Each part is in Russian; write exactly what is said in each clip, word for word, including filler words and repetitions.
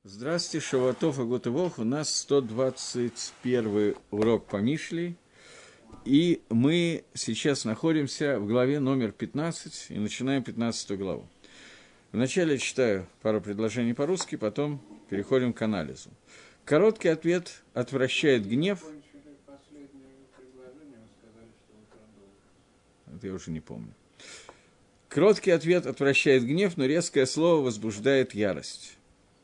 Здравствуйте, Шавуатов и Гутывох. У нас сто двадцать первый урок по Мишле, и мы сейчас находимся в главе номер пятнадцать и начинаем пятнадцатую главу. Вначале читаю пару предложений по-русски, потом переходим к анализу. Короткий ответ отвращает гнев. Это я уже не помню. Короткий ответ отвращает гнев, но резкое слово возбуждает ярость.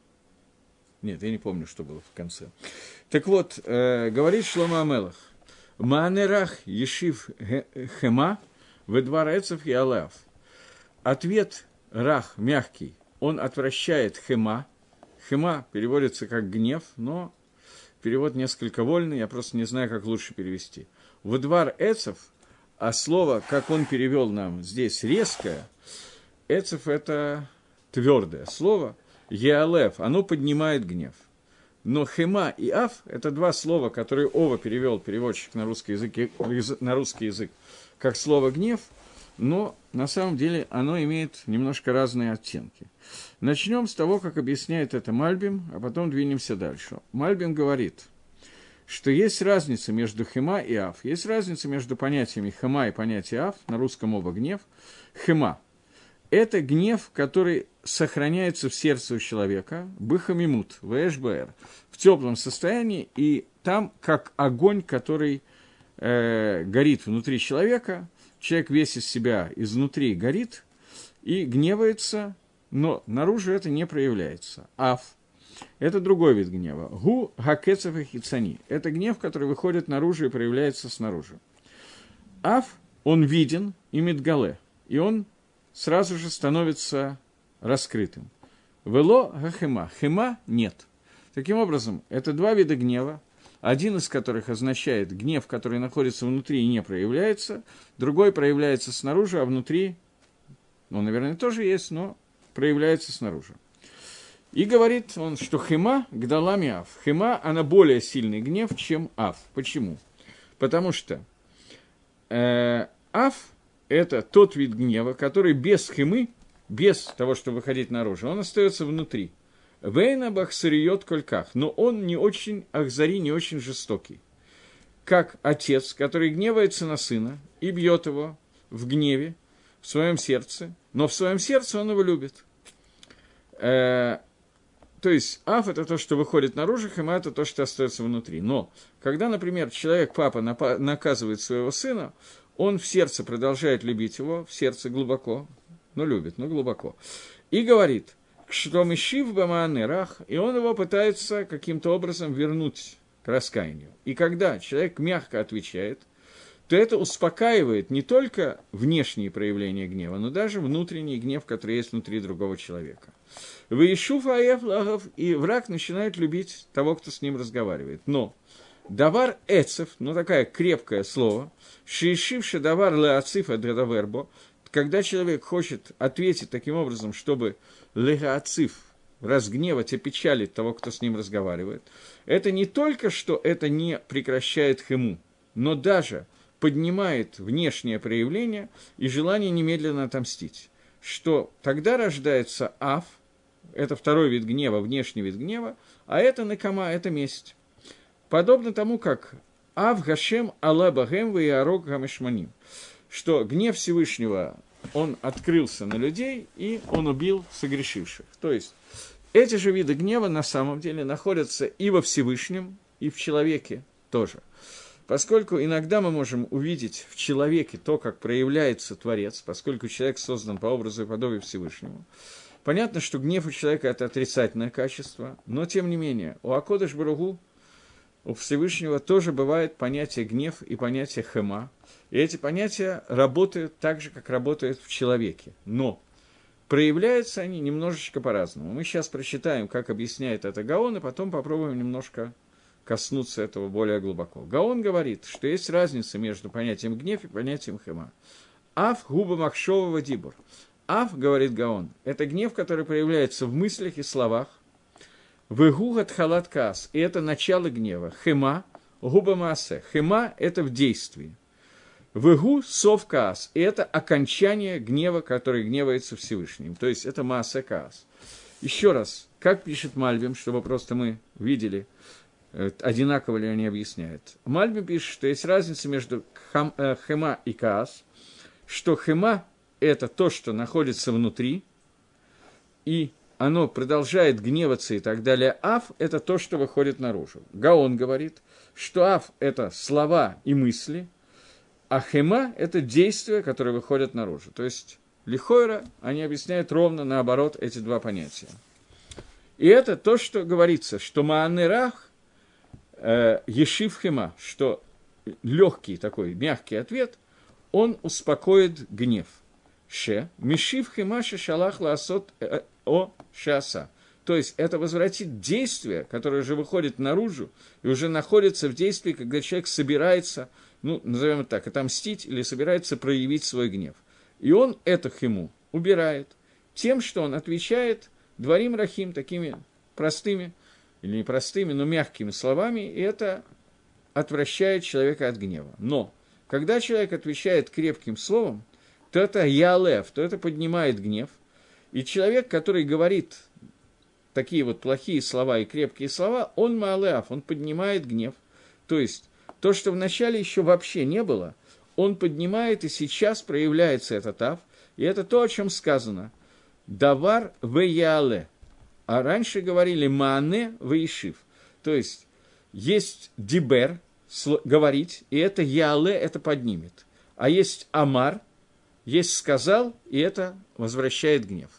Нет, я не помню, что было в конце. Так вот, э, говорит Шломо ха-Мелех: «Маанерах ешив хема ведвар эцев и алав». Ответ рах, мягкий, он отвращает хема. Хема переводится как гнев, но перевод несколько вольный, я просто не знаю, как лучше перевести. Ведвар эцев, а слово, как он перевел нам здесь, резкое, эцев – это твердое слово, еалев, оно поднимает гнев. Но хема и аф – это два слова, которые Ова перевел, переводчик на русский язык, на русский язык, как слово «гнев», но на самом деле оно имеет немножко разные оттенки. Начнем с того, как объясняет это Мальбим, а потом двинемся дальше. Мальбим говорит, что есть разница между хема и аф. Есть разница между понятиями хема и понятием аф, на русском оба гнев. Хема – это гнев, который сохраняется в сердце у человека, быхамимут, вэшбэр, в теплом состоянии, и там как огонь, который э, горит внутри человека, человек весь из себя изнутри горит и гневается, но наружу это не проявляется. Аф – это другой вид гнева. Гу хакецев и хицани – это гнев, который выходит наружу и проявляется снаружи. Аф – он виден и мидгале, и он сразу же становится раскрытым. Вело гахема. Хема нет. Таким образом, это два вида гнева, один из которых означает гнев, который находится внутри и не проявляется, другой проявляется снаружи, а внутри, ну, наверное, тоже есть, но проявляется снаружи. И говорит он, что хема гдалами аф. Хема, она более сильный гнев, чем аф. Почему? Потому что э, аф – это тот вид гнева, который без хемы, без того, чтобы выходить наружу, он остается внутри. Вейна бахсариот кольках, но он не очень, ахзари, не очень жестокий. Как отец, который гневается на сына и бьет его в гневе, в своем сердце, но в своем сердце он его любит. Э, то есть аф – это то, что выходит наружу, хема – это то, что остается внутри. Но когда, например, человек, папа, наказывает своего сына, он в сердце продолжает любить его, в сердце глубоко, но любит, но глубоко. И говорит, что мишив бамаанерах, и он его пытается каким-то образом вернуть к раскаянию. И когда человек мягко отвечает, то это успокаивает не только внешние проявления гнева, но даже внутренний гнев, который есть внутри другого человека. Ваишуф аеф лагов, и враг начинает любить того, кто с ним разговаривает. Но давар эцев, ну такое крепкое слово, шиишивши давар леацифа драдавербо, когда человек хочет ответить таким образом, чтобы леациф разгневать, опечалить того, кто с ним разговаривает, это не только, что это не прекращает хему, но даже поднимает внешнее проявление и желание немедленно отомстить. Что тогда рождается аф, это второй вид гнева, внешний вид гнева, а это накама, это месть. Подобно тому, как Ав Гашем Алла Багем Ваярок Гамешманим, что гнев Всевышнего, он открылся на людей, и он убил согрешивших. То есть, эти же виды гнева на самом деле находятся и во Всевышнем, и в человеке тоже. Поскольку иногда мы можем увидеть в человеке то, как проявляется Творец, поскольку человек создан по образу и подобию Всевышнему. Понятно, что гнев у человека – это отрицательное качество, но тем не менее, у Акодыш Баругу, у Всевышнего тоже бывает понятие гнев и понятие хема. И эти понятия работают так же, как работают в человеке. Но проявляются они немножечко по-разному. Мы сейчас прочитаем, как объясняет это Гаон, и потом попробуем немножко коснуться этого более глубоко. Гаон говорит, что есть разница между понятием гнев и понятием хема. Аф губа махшова дибур. Аф, говорит Гаон, это гнев, который проявляется в мыслях и словах. Вегугат халат каас, и это начало гнева. Хема, губа маасе. Хема – это в действии. Вегу сов каас, и это окончание гнева, который гневается Всевышним. То есть это маасе каас. Еще раз, как пишет Мальбим, чтобы просто мы видели, одинаково ли они объясняют. Мальбим пишет, что есть разница между хам, э, хема и каас, что хема – это то, что находится внутри, и оно продолжает гневаться и так далее. Аф – это то, что выходит наружу. Гаон говорит, что аф – это слова и мысли, а хема – это действия, которые выходят наружу. То есть, лихойра, они объясняют ровно наоборот эти два понятия. И это то, что говорится, что маанерах, э, ешив хема, что легкий такой, мягкий ответ, он успокоит гнев. Ше, мишив хема шалах лаасот о шаса. То есть это возвратит действие, которое уже выходит наружу и уже находится в действии, когда человек собирается, ну, назовем это так, отомстить или собирается проявить свой гнев. И он это хему убирает тем, что он отвечает дворим рахим такими простыми, или не простыми, но мягкими словами, и это отвращает человека от гнева. Но когда человек отвечает крепким словом, то это ялев, то это поднимает гнев. И человек, который говорит такие вот плохие слова и крепкие слова, он маалеав, он поднимает гнев. То есть то, что вначале еще вообще не было, он поднимает, и сейчас проявляется этот ав. И это то, о чем сказано. Давар веяле. А раньше говорили маане веишив. То есть есть дибер, говорить, и это яле, это поднимет. А есть амар, есть сказал, и это возвращает гнев.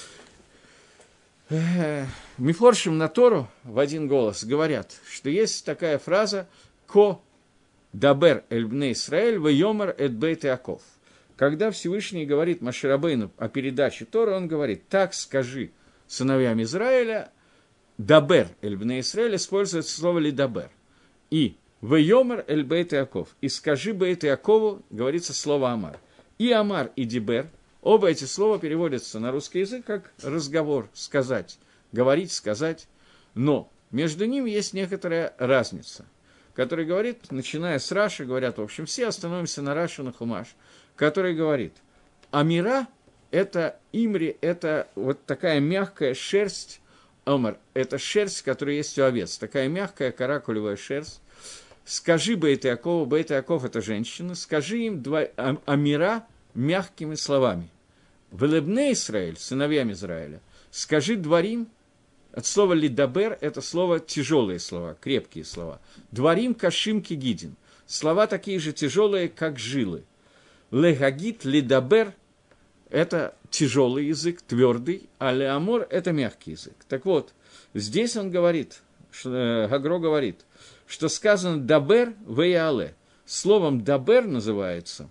Мифоршим на Тору в один голос говорят, что есть такая фраза «Ко дабер эль бней Исраэль вейомар эт бейт Иаков». Когда Всевышний говорит Моше Рабейну о передаче Торы, он говорит «Так скажи сыновьям Израиля», «Дабер эль бней Исраэль» используется слово «лидабер». И «Вейомар эль бейт Иаков». И «Скажи бейт Иакову» говорится слово «Амар». И «Амар», и «Дибер» оба эти слова переводятся на русский язык как разговор, сказать, говорить, сказать. Но между ними есть некоторая разница, которая говорит, начиная с Раши, говорят, в общем, все остановимся на Раши, на Хумаш, который говорит, амира – это имри, это вот такая мягкая шерсть, омар – это шерсть, которая есть у овец, такая мягкая каракулевая шерсть. Скажи Бейт Иакову, Бейт Иаков – это женщина, скажи им два, амира мягкими словами. Велебне Исраэль, сыновьям Израиля, скажи дворим, от слова лидабер – это слово тяжелые слова, крепкие слова. Дворим кашим кигидин, слова такие же тяжелые, как жилы. Легагит, лидабер – это тяжелый язык, твердый, а леамор – это мягкий язык. Так вот, здесь он говорит, что, Гагро говорит, что сказано «дабер веяле». Словом «дабер» называется,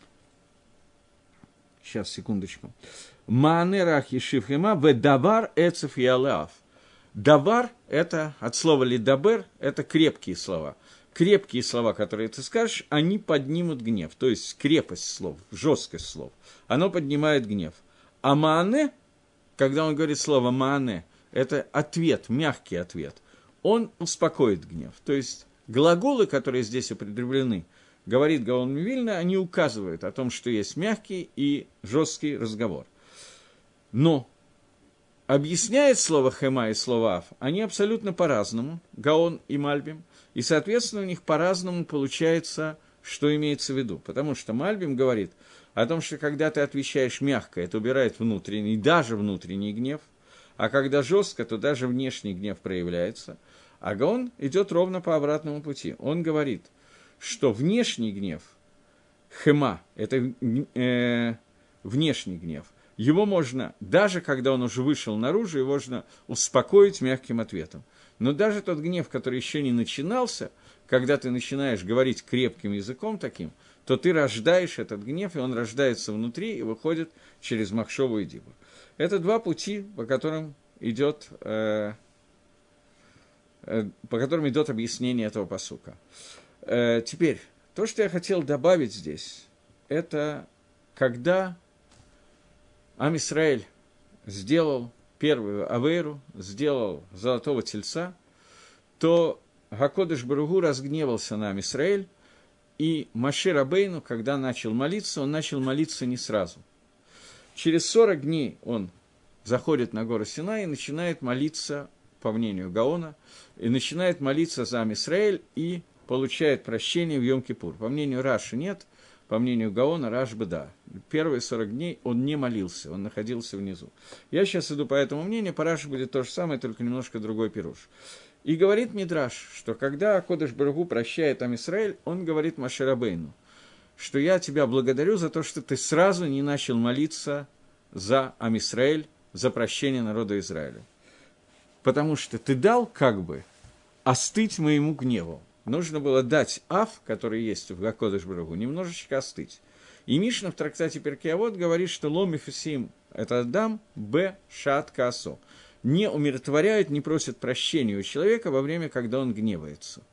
сейчас, секундочку, «маанерах ешивхема ведавар эцев ялеав». «Давар» – это от слова «лидабер» – это крепкие слова. Крепкие слова, которые ты скажешь, они поднимут гнев. То есть крепость слов, жесткость слов. Оно поднимает гнев. А «маане», когда он говорит слово «маане», это ответ, мягкий ответ. Он успокоит гнев. То есть глаголы, которые здесь употреблены, говорит Гаон Мивильна, они указывают о том, что есть мягкий и жесткий разговор. Но объясняет слово «хема» и слово «аф» они абсолютно по-разному, Гаон и Мальбим, и, соответственно, у них по-разному получается, что имеется в виду. Потому что Мальбим говорит о том, что когда ты отвечаешь мягко, это убирает внутренний, даже внутренний гнев, а когда жестко, то даже внешний гнев проявляется. А Гаон идет ровно по обратному пути. Он говорит, что внешний гнев, хема, это э, внешний гнев, его можно, даже когда он уже вышел наружу, его можно успокоить мягким ответом. Но даже тот гнев, который еще не начинался, когда ты начинаешь говорить крепким языком таким, то ты рождаешь этот гнев, и он рождается внутри и выходит через махшову и дибур. Это два пути, по которым идет, э, э, по которым идет объяснение этого пасука. Э, теперь, то, что я хотел добавить здесь, это когда Ам Исраэль сделал первую авейру, сделал золотого тельца, то Гакодеш Баругу разгневался на Ам Исраэль, и Моше Рабейну, когда начал молиться, он начал молиться не сразу. Через сорок дней он заходит на гору Синай и начинает молиться, по мнению Гаона, и начинает молиться за Ам Исраэль и получает прощение в Йом-Кипур. По мнению Раши нет, по мнению Гаона, Рашбы да. Первые сорок дней он не молился, он находился внизу. Я сейчас иду по этому мнению, по Раши будет то же самое, только немножко другой пируш. И говорит Мидраш, что когда Акодыш Барух Ху прощает Ам Исраэль, он говорит Моше Рабейну, что я тебя благодарю за то, что ты сразу не начал молиться за Ам Исраэль, за прощение народа Израиля. Потому что ты дал, как бы, остыть моему гневу. Нужно было дать Ав, который есть в Акодыш Барух Ху, немножечко остыть. И Мишна в трактате Перкей Авот говорит, что лом мифисим – это Адам, б. шаат каасо. Не умиротворяют, не просят прощения у человека во время, когда он гневается.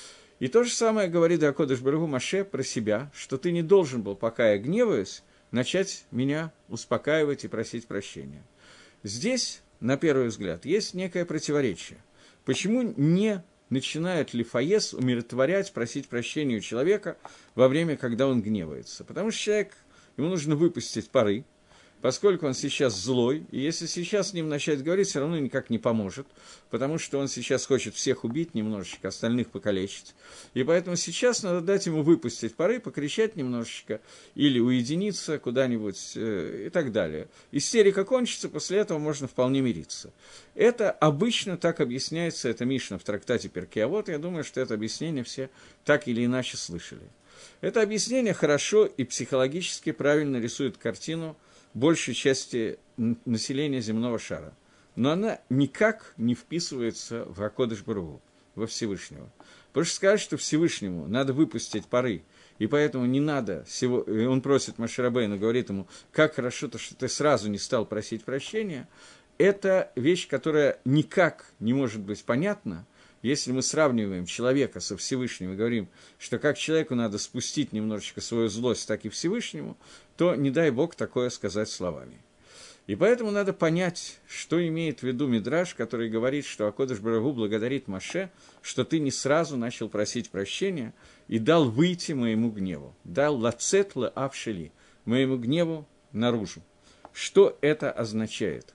И то же самое говорит Акодыш Барух Ху Моше про себя, что ты не должен был, пока я гневаюсь, начать меня успокаивать и просить прощения. Здесь, на первый взгляд, есть некое противоречие. Почему не начинает Лифаес умиротворять, просить прощения у человека во время, когда он гневается? Потому что человек, ему нужно выпустить пары, поскольку он сейчас злой, и если сейчас с ним начать говорить, все равно никак не поможет, потому что он сейчас хочет всех убить немножечко, остальных покалечить. И поэтому сейчас надо дать ему выпустить пары, покричать немножечко, или уединиться куда-нибудь э, и так далее. Истерика кончится, после этого можно вполне мириться. Это обычно так объясняется, это Мишна в трактате Перкей Авот, я думаю, что это объяснение все так или иначе слышали. Это объяснение хорошо и психологически правильно рисует картину большей части населения земного шара. Но она никак не вписывается в Акодыш Барух Ху, во Всевышнего. Потому что сказать, что Всевышнему надо выпустить пары, и поэтому не надо, он просит Моше Рабейну, говорит ему, как хорошо-то, что ты сразу не стал просить прощения, это вещь, которая никак не может быть понятна, если мы сравниваем человека со Всевышним и говорим, что как человеку надо спустить немножечко свою злость, так и Всевышнему, то не дай Бог такое сказать словами. И поэтому надо понять, что имеет в виду Мидраш, который говорит, что Акодыш Барух Ху благодарит Моше, что ты не сразу начал просить прощения и дал выйти моему гневу, дал лацет ле авшели, моему гневу наружу. Что это означает?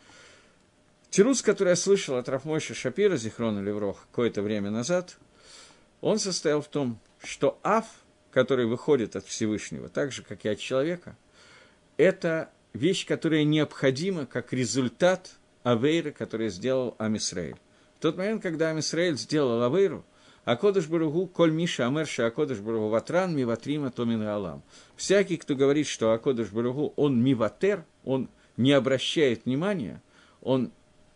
Тирус, который я слышал от Рав Мойше Шапира, Зихрона Леврох, какое-то время назад, он состоял в том, что Ав, который выходит от Всевышнего, так же, как и от человека, это вещь, которая необходима как результат авейры, который сделал Ам Исраэль. В тот момент, когда Ам Исраэль сделал авейру, Акодыш Барух Ху, коль миша амерша Акодыш Барух Ху ватран миватрима томин гаалам. Всякий, кто говорит, что Акодыш Барух Ху, он миватер, он не обращает внимания, он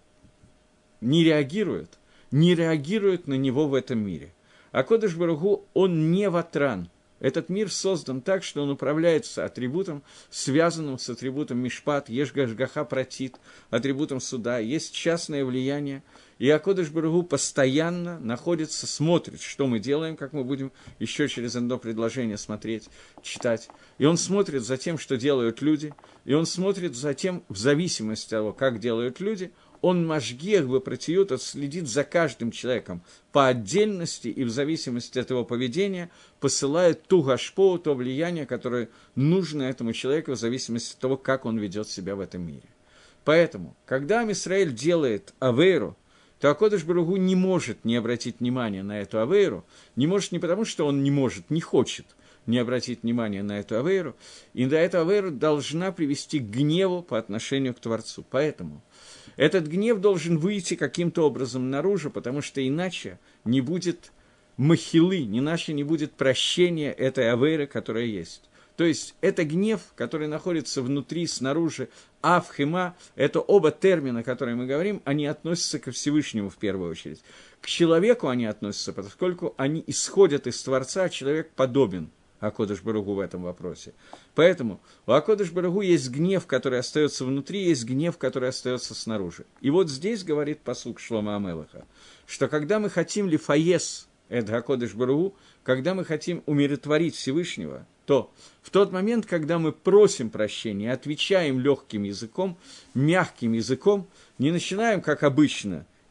не реагирует, не реагирует на него в этом мире. Акодыш Барух Ху, он не ватран. Этот мир создан так, что он управляется атрибутом, связанным с атрибутом Мишпат, Еш-Гашгаха Пратит, атрибутом суда, есть частное влияние. И Акодыш Барух Ху постоянно находится, смотрит, что мы делаем, как мы будем еще через одно предложение смотреть, читать. И он смотрит за тем, что делают люди, и он смотрит за тем, в зависимости от того, как делают люди, он машгех бепратиют, следит за каждым человеком по отдельности и в зависимости от его поведения посылает ту гашпоу, то влияние, которое нужно этому человеку в зависимости от того, как он ведет себя в этом мире. Поэтому, когда Ам Исраэль делает авейру, то Акодыш Барух Ху не может не обратить внимания на эту авейру, не может не потому, что он не может, не хочет не обратить внимания на эту авейру, и на эту авейру должна привести к гневу по отношению к Творцу. Поэтому этот гнев должен выйти каким-то образом наружу, потому что иначе не будет махилы, иначе не будет прощения этой авейры, которая есть. То есть это гнев, который находится внутри, снаружи, ав, хема, это оба термина, которые мы говорим, они относятся ко Всевышнему в первую очередь. К человеку они относятся, поскольку они исходят из Творца, а человек подобен Акодыш Барух Ху в этом вопросе. Поэтому у Акодыш Барух Ху есть гнев, который остается внутри, есть гнев, который остается снаружи. И вот здесь говорит пасук Шломо Амелеха, что когда мы хотим лифаес, это Акодыш Барух Ху, когда мы хотим умиротворить Всевышнего, то в тот момент, когда мы просим прощения, отвечаем легким языком, мягким языком, не начинаем, как обычно,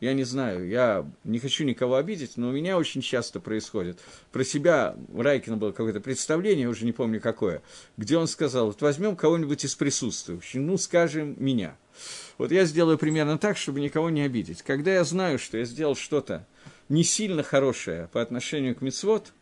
я не знаю, я не хочу никого обидеть, но у меня очень часто происходит. Про себя у Райкина было какое-то представление, я уже не помню какое, где он сказал, вот возьмем кого-нибудь из присутствующих, ну, скажем, меня. Вот я сделаю примерно так, чтобы никого не обидеть. Когда я знаю, что я сделал что-то не сильно хорошее по отношению к мицвот,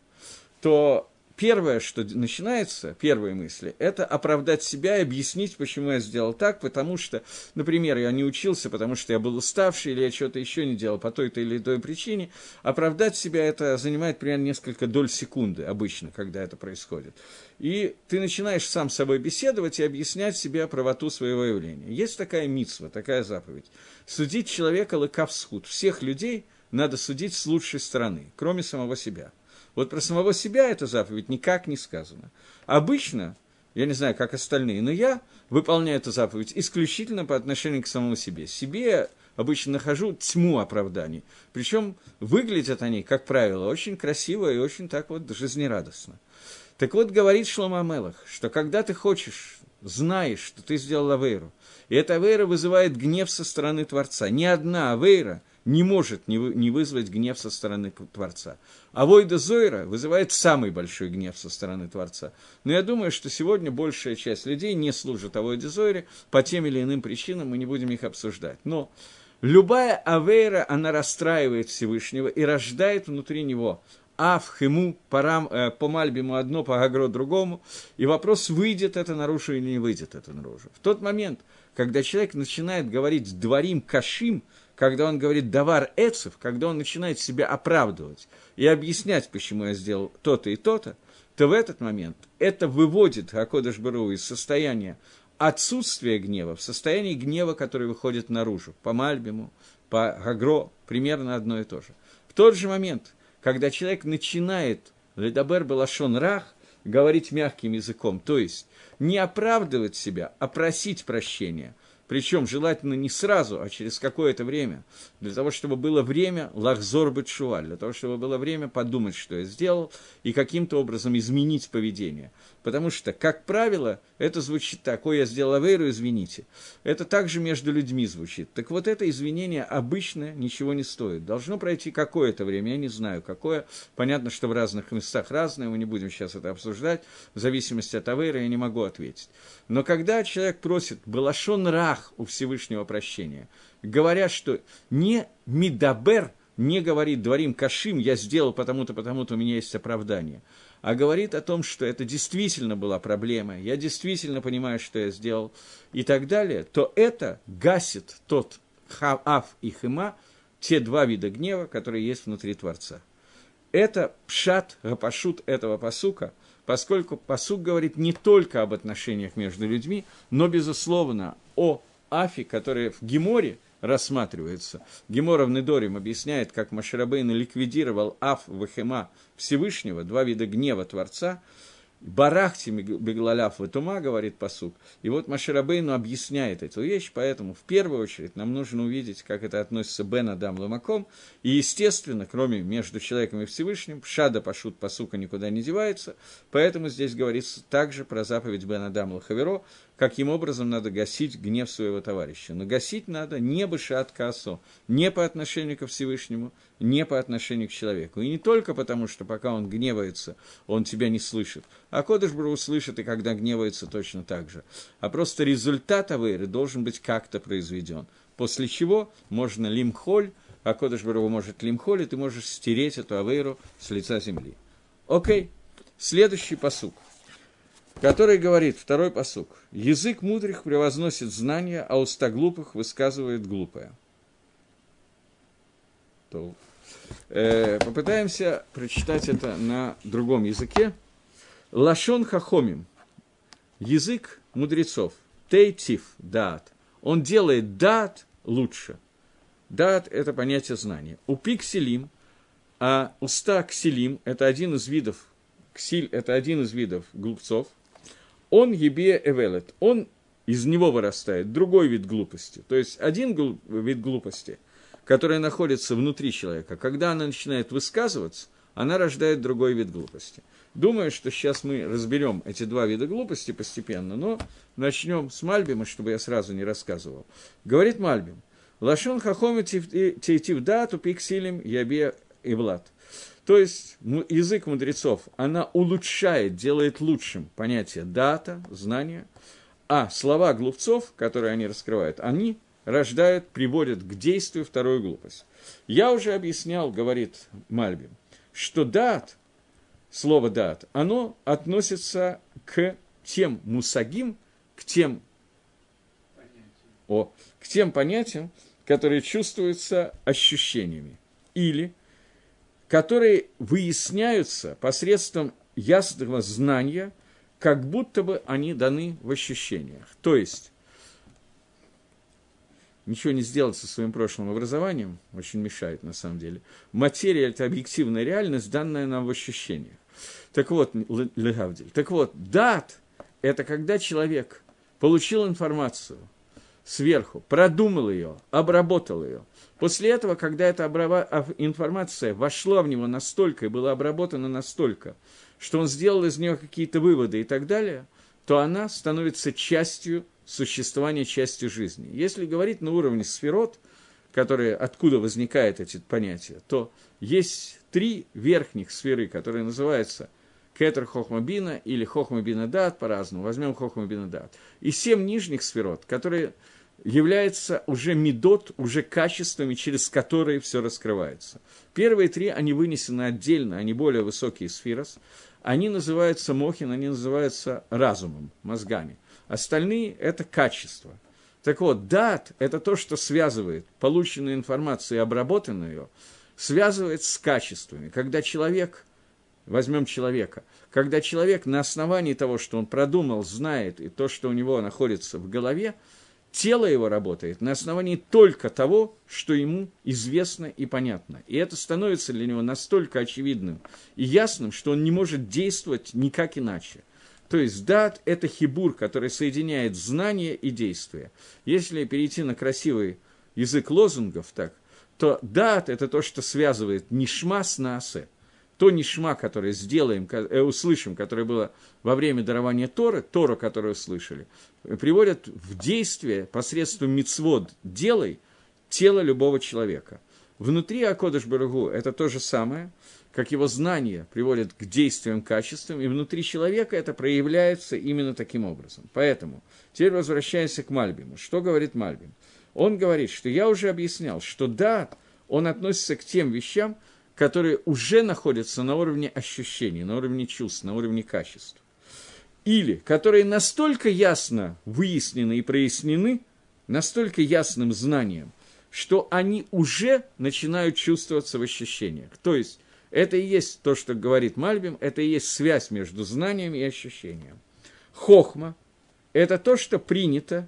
то первое, что начинается, первые мысли, это оправдать себя и объяснить, почему я сделал так, потому что, например, я не учился, потому что я был уставший, или я что-то еще не делал по той-то или той причине. Оправдать себя это занимает примерно несколько доль секунды обычно, когда это происходит. И ты начинаешь сам с собой беседовать и объяснять себе правоту своего явления. Есть такая мицва, такая заповедь. Судить человека лыкав схуд. Всех людей надо судить с лучшей стороны, кроме самого себя. Вот про самого себя эта заповедь никак не сказано. Обычно, я не знаю, как остальные, но я выполняю эту заповедь исключительно по отношению к самому себе. Себе я обычно нахожу тьму оправданий. Причем выглядят они, как правило, очень красиво и очень так вот жизнерадостно. Так вот, говорит Шломо а-Мелех, что когда ты хочешь, знаешь, что ты сделал авейру, и эта авейра вызывает гнев со стороны Творца, ни одна авейра не может не вызвать гнев со стороны Творца. Авойда Зойра вызывает самый большой гнев со стороны Творца. Но я думаю, что сегодня большая часть людей не служит Авойде Зойре по тем или иным причинам, мы не будем их обсуждать. Но любая авейра, она расстраивает Всевышнего и рождает внутри него Ав, Хему, парам, э, по Мальбиму одно, по Гагро другому. И вопрос, выйдет это наружу или не выйдет это наружу. В тот момент, когда человек начинает говорить «дворим кашим», когда он говорит «давар эцев», когда он начинает себя оправдывать и объяснять, почему я сделал то-то и то-то, то в этот момент это выводит Акодеш Барух Ху из состояния отсутствия гнева в состояние гнева, который выходит наружу. По Мальбиму, по Гагро, примерно одно и то же. В тот же момент, когда человек начинает «ледабер балашон рах», говорить мягким языком, то есть не оправдывать себя, а просить прощения, причем желательно не сразу, а через какое-то время, для того, чтобы было время лахзор бет шуваль, для того, чтобы было время подумать, что я сделал, и каким-то образом изменить поведение. Потому что, как правило, это звучит так: «Ой, я сделал авейру, извините». Это также между людьми звучит. Так вот, это извинение обычно ничего не стоит. Должно пройти какое-то время, я не знаю какое. Понятно, что в разных местах разное, мы не будем сейчас это обсуждать. В зависимости от авейры я не могу ответить. Но когда человек просит «балашон рах» у Всевышнего прощения, говоря, что не «мидабер», не говорит «дворим кашим», я сделал потому-то, потому-то, у меня есть оправдание, а говорит о том, что это действительно была проблема, я действительно понимаю, что я сделал, и так далее, то это гасит тот хав и хема, те два вида гнева, которые есть внутри Творца. Это пшат, гапашут этого пасука, поскольку пасук говорит не только об отношениях между людьми, но, безусловно, о афе, которая в Геморе рассматривается. Гемора в Недорим объясняет, как Моше Рабейну ликвидировал Аф Вахема Всевышнего, два вида гнева Творца. Барахти беглаляв ватума, говорит пасук. И вот Моше Рабейну объясняет эту вещь, поэтому в первую очередь нам нужно увидеть, как это относится Бен Адам Ламаком. И, естественно, кроме между человеком и Всевышним, Шада Пашут пасука никуда не девается, поэтому здесь говорится также про заповедь Бен Адам Лахаверо, каким образом надо гасить гнев своего товарища. Но гасить надо не бешат каасо, не по отношению ко Всевышнему, не по отношению к человеку. И не только потому, что пока он гневается, он тебя не слышит, а Акодеш Барух Ху слышит, и когда гневается, точно так же. А просто результат авейры должен быть как-то произведен. После чего можно лимхоль, Акодеш Барух Ху может лимхоль, и ты можешь стереть эту авейру с лица земли. Окей, следующий пасук, который говорит, второй пасук: «Язык мудрых превозносит знания, а уста глупых высказывает глупое». То, э, попытаемся прочитать это на другом языке. Лашон хахомим, язык мудрецов, тейтив, даат, он делает даат лучше. Даат – это понятие знания. Упи ксилим, а уста ксилим – это один из видов, ксиль – это один из видов глупцов. Он ебе эвелет, он из него вырастает другой вид глупости. То есть один глуп, вид глупости, которая находится внутри человека, когда она начинает высказываться, она рождает другой вид глупости. Думаю, что сейчас мы разберем эти два вида глупости постепенно, но начнем с Мальбима, чтобы я сразу не рассказывал. Говорит Мальбим: Лашон хахоми тейтив дату пиксилим ябе и влад. То есть язык мудрецов, она улучшает, делает лучшим понятие дата, знания, а слова глупцов, которые они раскрывают, они рождают, приводят к действию вторую глупость. Я уже объяснял, говорит Мальбим, что дат, слово дат, оно относится к тем мусагим, к тем, о, к тем понятиям, которые чувствуются ощущениями, или которые выясняются посредством ясного знания, как будто бы они даны в ощущениях. То есть, ничего не сделать со своим прошлым образованием, очень мешает на самом деле. Материя – это объективная реальность, данная нам в ощущениях. Так вот, легавдиль. Так вот, дат – это когда человек получил информацию сверху, продумал ее, обработал ее. После этого, когда эта информация вошла в него настолько и была обработана настолько, что он сделал из нее какие-то выводы и так далее, то она становится частью существования, частью жизни. Если говорить на уровне сферот, которые, откуда возникают эти понятия, то есть три верхних сферы, которые называются кетер хохма бина или хохма бина дат, по-разному, возьмем хохма бина дат, и семь нижних сферот, которые являются уже медот, уже качествами, через которые все раскрывается. Первые три, они вынесены отдельно, они более высокие сферос, они называются мохин, они называются разумом, мозгами. Остальные – это качество. Так вот, дат – это то, что связывает полученную информацию и обработанную ее, связывает с качествами. Когда человек, возьмем человека, когда человек на основании того, что он продумал, знает, и то, что у него находится в голове, тело его работает на основании только того, что ему известно и понятно. И это становится для него настолько очевидным и ясным, что он не может действовать никак иначе. То есть дат – это хибур, который соединяет знание и действие. Если перейти на красивый язык лозунгов, так, то дат – это то, что связывает нишма с наасе. То нишма, которое сделаем, э, услышим, которое было во время дарования Торы, Тору, которую услышали, приводят в действие посредством мицвот «делай» тело любого человека. Внутри Акодыш Баругу это то же самое, как его знание приводит к действиям, качествам, и внутри человека это проявляется именно таким образом. Поэтому теперь возвращаемся к Мальбиму. Что говорит Мальбим? Он говорит, что я уже объяснял, что дат, он относится к тем вещам, которые уже находятся на уровне ощущений, на уровне чувств, на уровне качеств. Или которые настолько ясно выяснены и прояснены, настолько ясным знанием, что они уже начинают чувствоваться в ощущениях. То есть, это и есть то, что говорит Мальбим, это и есть связь между знанием и ощущением. Хохма – это то, что принято,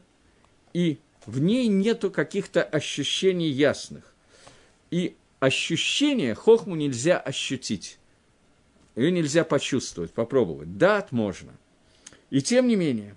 и в ней нету каких-то ощущений ясных. И ощущение, хохму нельзя ощутить, ее нельзя почувствовать, попробовать. Дат можно. И тем не менее,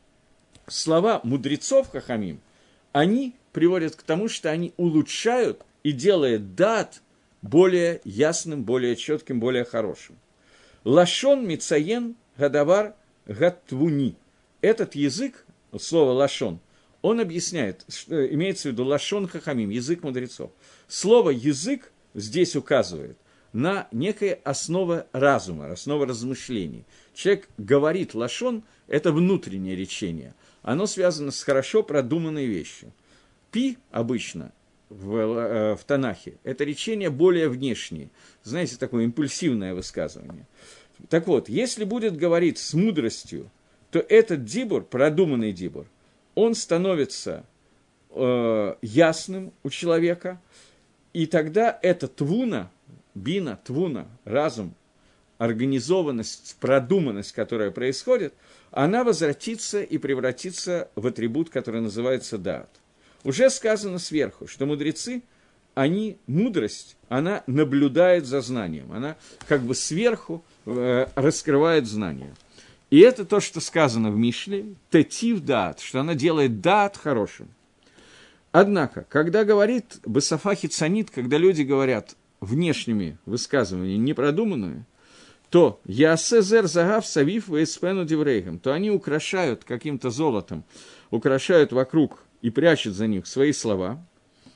слова мудрецов хахамим, они приводят к тому, что они улучшают и делают дат более ясным, более четким, более хорошим. Лашон мицаен гадавар гатвуни. Этот язык, слово лашон, он объясняет, что имеется в виду лашон хахамим, язык мудрецов. Слово «язык» здесь указывает на некая основа разума, основа размышлений. Человек говорит лашон – это внутреннее речение. Оно связано с хорошо продуманной вещью. Пи обычно в, в Танахе – это речение более внешнее. Знаете, такое импульсивное высказывание. Так вот, если будет говорить с мудростью, то этот дибур, продуманный дибур, он становится э, ясным у человека, и тогда эта твуна, бина, твуна, разум, организованность, продуманность, которая происходит, она возвратится и превратится в атрибут, который называется даат. Уже сказано сверху, что мудрецы, они, мудрость, она наблюдает за знанием, она как бы сверху э, раскрывает знание. И это то, что сказано в Мишле, тетив даат, что она делает даат хорошим. Однако, когда говорит Басафа Хицанит, когда люди говорят внешними высказываниями непродуманные, то «Ясезер загав савив веспену диврейхем», то они украшают каким-то золотом, украшают вокруг и прячут за них свои слова.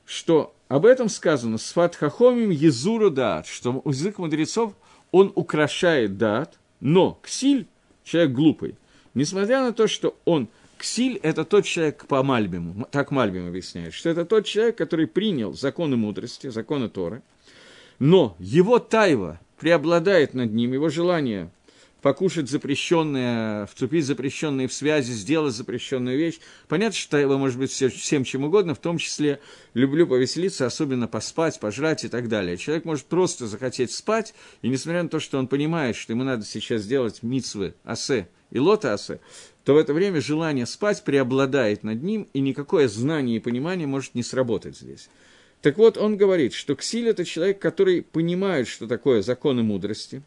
что об этом сказано «Сфат хахомим езуру даат», что язык мудрецов, он украшает даат, но ксиль – человек глупый. Несмотря на то, что он ксиль – это тот человек по Мальбиму, так Мальбим объясняет, что это тот человек, который принял законы мудрости, законы Торы, но его тайва преобладает над ним, его желание покушать запрещенное, вступить в запрещенные в связи, сделать запрещенную вещь. Понятно, что тайва может быть всем чем угодно, в том числе люблю повеселиться, особенно поспать, пожрать и так далее. Человек может просто захотеть спать, и несмотря на то, что он понимает, что ему надо сейчас сделать мицвы асе и лота асе, то в это время желание спать преобладает над ним, и никакое знание и понимание может не сработать здесь. Так вот, он говорит, что ксиль – это человек, который понимает, что такое законы мудрости,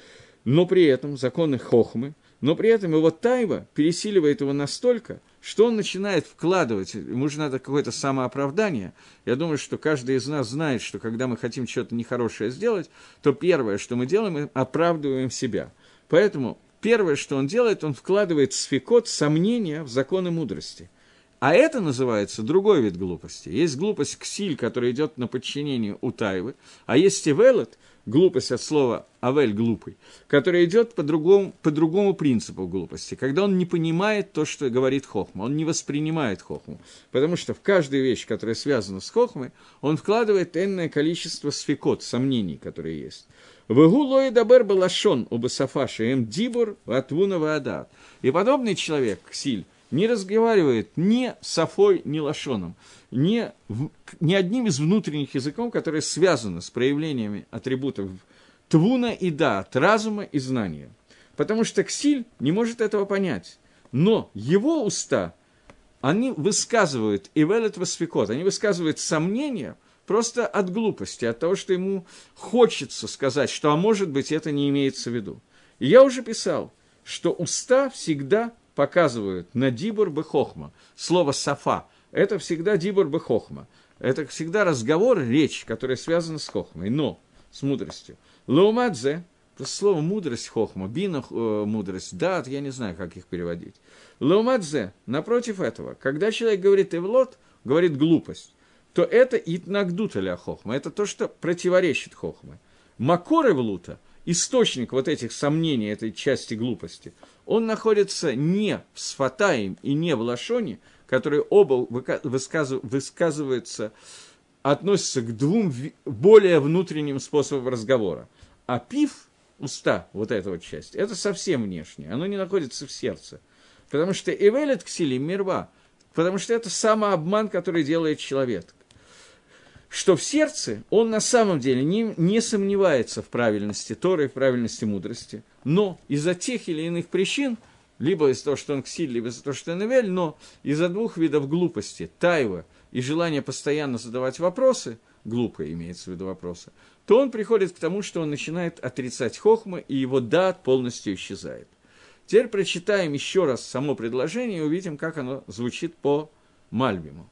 но при этом законы хохмы, но при этом его тайва пересиливает его настолько, что он начинает вкладывать, ему же надо какое-то самооправдание. Я думаю, что каждый из нас знает, что когда мы хотим что-то нехорошее сделать, то первое, что мы делаем, мы оправдываем себя. Поэтому первое, что он делает, он вкладывает сфикот, сомнения в законы мудрости. А это называется другой вид глупости. Есть глупость ксиль, которая идет на подчинение у тайвы, а есть ивелет, глупость от слова «авель» – глупый, которая идет по другому, по другому принципу глупости, когда он не понимает то, что говорит хохма, он не воспринимает хохму, потому что в каждую вещь, которая связана с хохмой, он вкладывает энное количество сфикот, сомнений, которые есть. «Вэгу лои дабер балашон убасафаши эм дибур ватвуна ваадат». И подобный человек, ксиль, не разговаривает ни сафой, ни лашоном, ни, ни одним из внутренних языков, которые связаны с проявлениями атрибутов твуна и даат, разума и знания. Потому что ксиль не может этого понять. Но его уста, они высказывают ивелет васфикот, они высказывают сомнения просто от глупости, от того, что ему хочется сказать, что, а может быть, это не имеется в виду. И я уже писал, что уста всегда показывают на дибур бехохма. Слово «сафа» – это всегда дибур бехохма. Это всегда разговор, речь, которая связана с хохмой, но с мудростью. Лаумадзе – это слово «мудрость» хохма, бина э, – мудрость, дат, я не знаю, как их переводить. Лаумадзе – напротив этого, когда человек говорит «эвлот», говорит «глупость», то это итнагдут аля хохма, это то, что противоречит хохме. Макор эвлута – источник вот этих сомнений, этой части глупости, он находится не в сфатаим и не в лашоне, которые оба высказыв, высказываются, относятся к двум более внутренним способам разговора. А пив, уста, вот эта вот часть, это совсем внешнее, оно не находится в сердце. Потому что эвелет ксили мирва, потому что это самообман, который делает человек. Что в сердце он на самом деле не, не сомневается в правильности Торы, в правильности мудрости, но из-за тех или иных причин, либо из-за того, что он ксиль, либо из-за того, что он эвель, но из-за двух видов глупости, тайва и желания постоянно задавать вопросы, глупые имеется в виду вопросы, то он приходит к тому, что он начинает отрицать хохмы, и его дат полностью исчезает. Теперь прочитаем еще раз само предложение и увидим, как оно звучит по Мальбиму.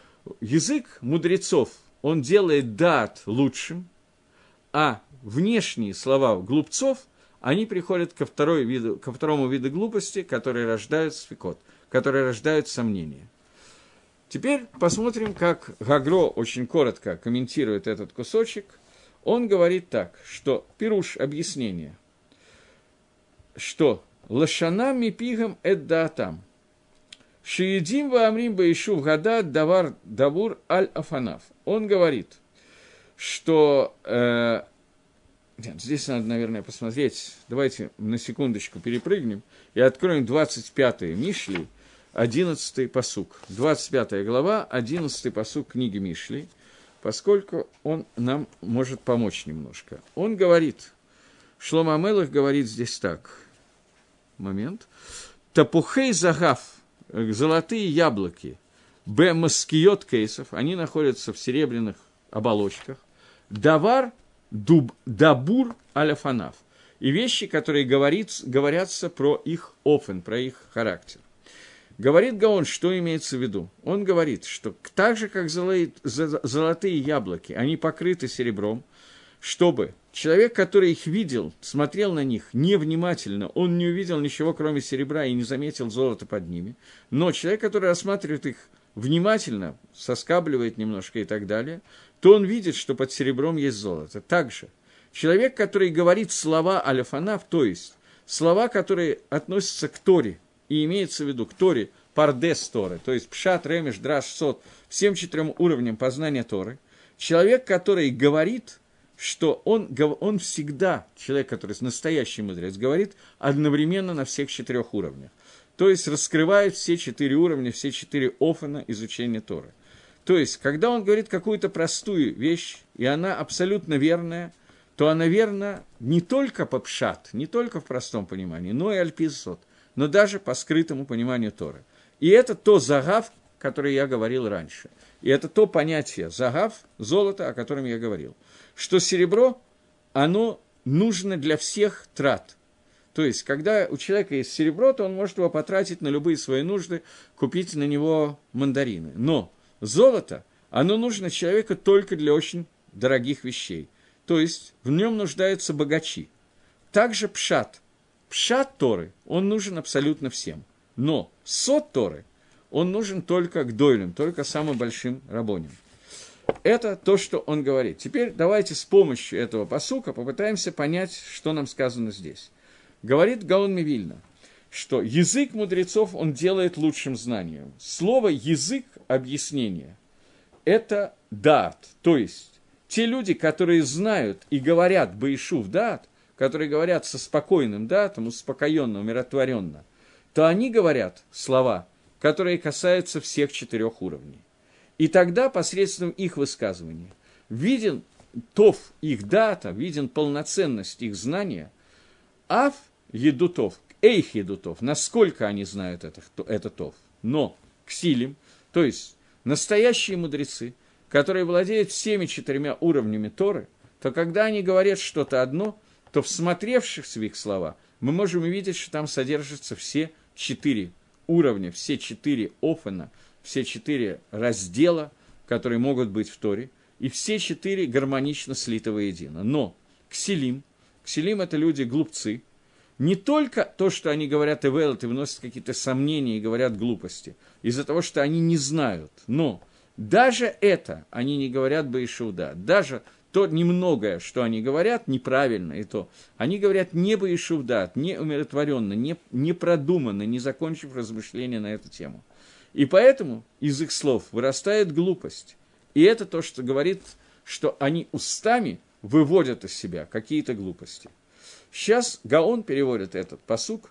Язык мудрецов, он делает дат лучшим, а внешние слова глупцов, они приходят ко, второй виду, ко второму виду глупости, которые рождают сфикот, которые рождают сомнения. Теперь посмотрим, как Гагро очень коротко комментирует этот кусочек. Он говорит так, что пируш, объяснение, что «лашана мипигам эд даатам, шиедим ваамрим баишу вгада давар давур аль-афанаф». Он говорит, что... Э, нет, здесь надо, наверное, посмотреть. Давайте на секундочку перепрыгнем и откроем двадцать пятый Мишли, одиннадцатый пасук. двадцать пятая глава, одиннадцатый пасук книги Мишли, поскольку он нам может помочь немножко. Он говорит, Шломо ха-Мелех говорит здесь так. Момент. «Тапухей загав», золотые яблоки, б маскиот кейсов, они находятся в серебряных оболочках, давар дуб, дабур аляфанаф, и вещи, которые говорит, говорятся про их офен, про их характер. Говорит Гаон, что имеется в виду? Он говорит, что так же, как золотые яблоки, они покрыты серебром, чтобы человек, который их видел, смотрел на них невнимательно, он не увидел ничего, кроме серебра, и не заметил золота под ними. Но человек, который рассматривает их внимательно соскабливает немножко и так далее, то он видит, что под серебром есть золото. Также человек, который говорит слова аль-фанав, то есть слова, которые относятся к Торе, и имеется в виду к Торе, пардес Торы, то есть пшат, ремеш, драш, сот, всем четырем уровням познания Торы, человек, который говорит, что он, он всегда, человек, который настоящий мудрец, говорит одновременно на всех четырех уровнях. То есть раскрывает все четыре уровня, все четыре офена изучения Торы. То есть, когда он говорит какую-то простую вещь, и она абсолютно верная, то она верна не только по пшат, не только в простом понимании, но и альписот, но даже по скрытому пониманию Торы. И это то загав, который я говорил раньше. И это то понятие загав, золото, о котором я говорил. Что серебро, оно нужно для всех трат. То есть, когда у человека есть серебро, то он может его потратить на любые свои нужды, купить на него мандарины. Но золото, оно нужно человеку только для очень дорогих вещей. То есть, в нем нуждаются богачи. Также пшат. Пшат Торы, он нужен абсолютно всем. Но сот Торы, он нужен только к дойлям, только самым большим рабоням. Это то, что он говорит. Теперь давайте с помощью этого пасука попытаемся понять, что нам сказано здесь. Говорит Гаон Мивильна, что язык мудрецов он делает лучшим знанием. Слово «язык» объяснение – это даат, то есть те люди, которые знают и говорят баишув даат, которые говорят со спокойным даатом, успокоенно, умиротворенно, то они говорят слова, которые касаются всех четырех уровней. И тогда посредством их высказываний виден тов их дата, виден полноценность их знания, ав едутов, эйх едутов, насколько они знают это, это тов. Но ксилим, то есть настоящие мудрецы, которые владеют всеми четырьмя уровнями Торы, то когда они говорят что-то одно, то всмотревшись в их слова, мы можем увидеть, что там содержатся все четыре уровня, все четыре офена, все четыре раздела, которые могут быть в Торе, и все четыре гармонично слиты воедино. Но ксилим, ксилим – это люди-глупцы, не только то, что они говорят эвелот и вносят какие-то сомнения и говорят глупости, из-за того, что они не знают, но даже это они не говорят баишуда, даже то немногое, что они говорят, неправильно, и то, они говорят не баишуда, не умиротворенно, не, не продуманно, не закончив размышления на эту тему. И поэтому из их слов вырастает глупость. И это то, что говорит, что они устами выводят из себя какие-то глупости. Сейчас Гаон переводит этот пасук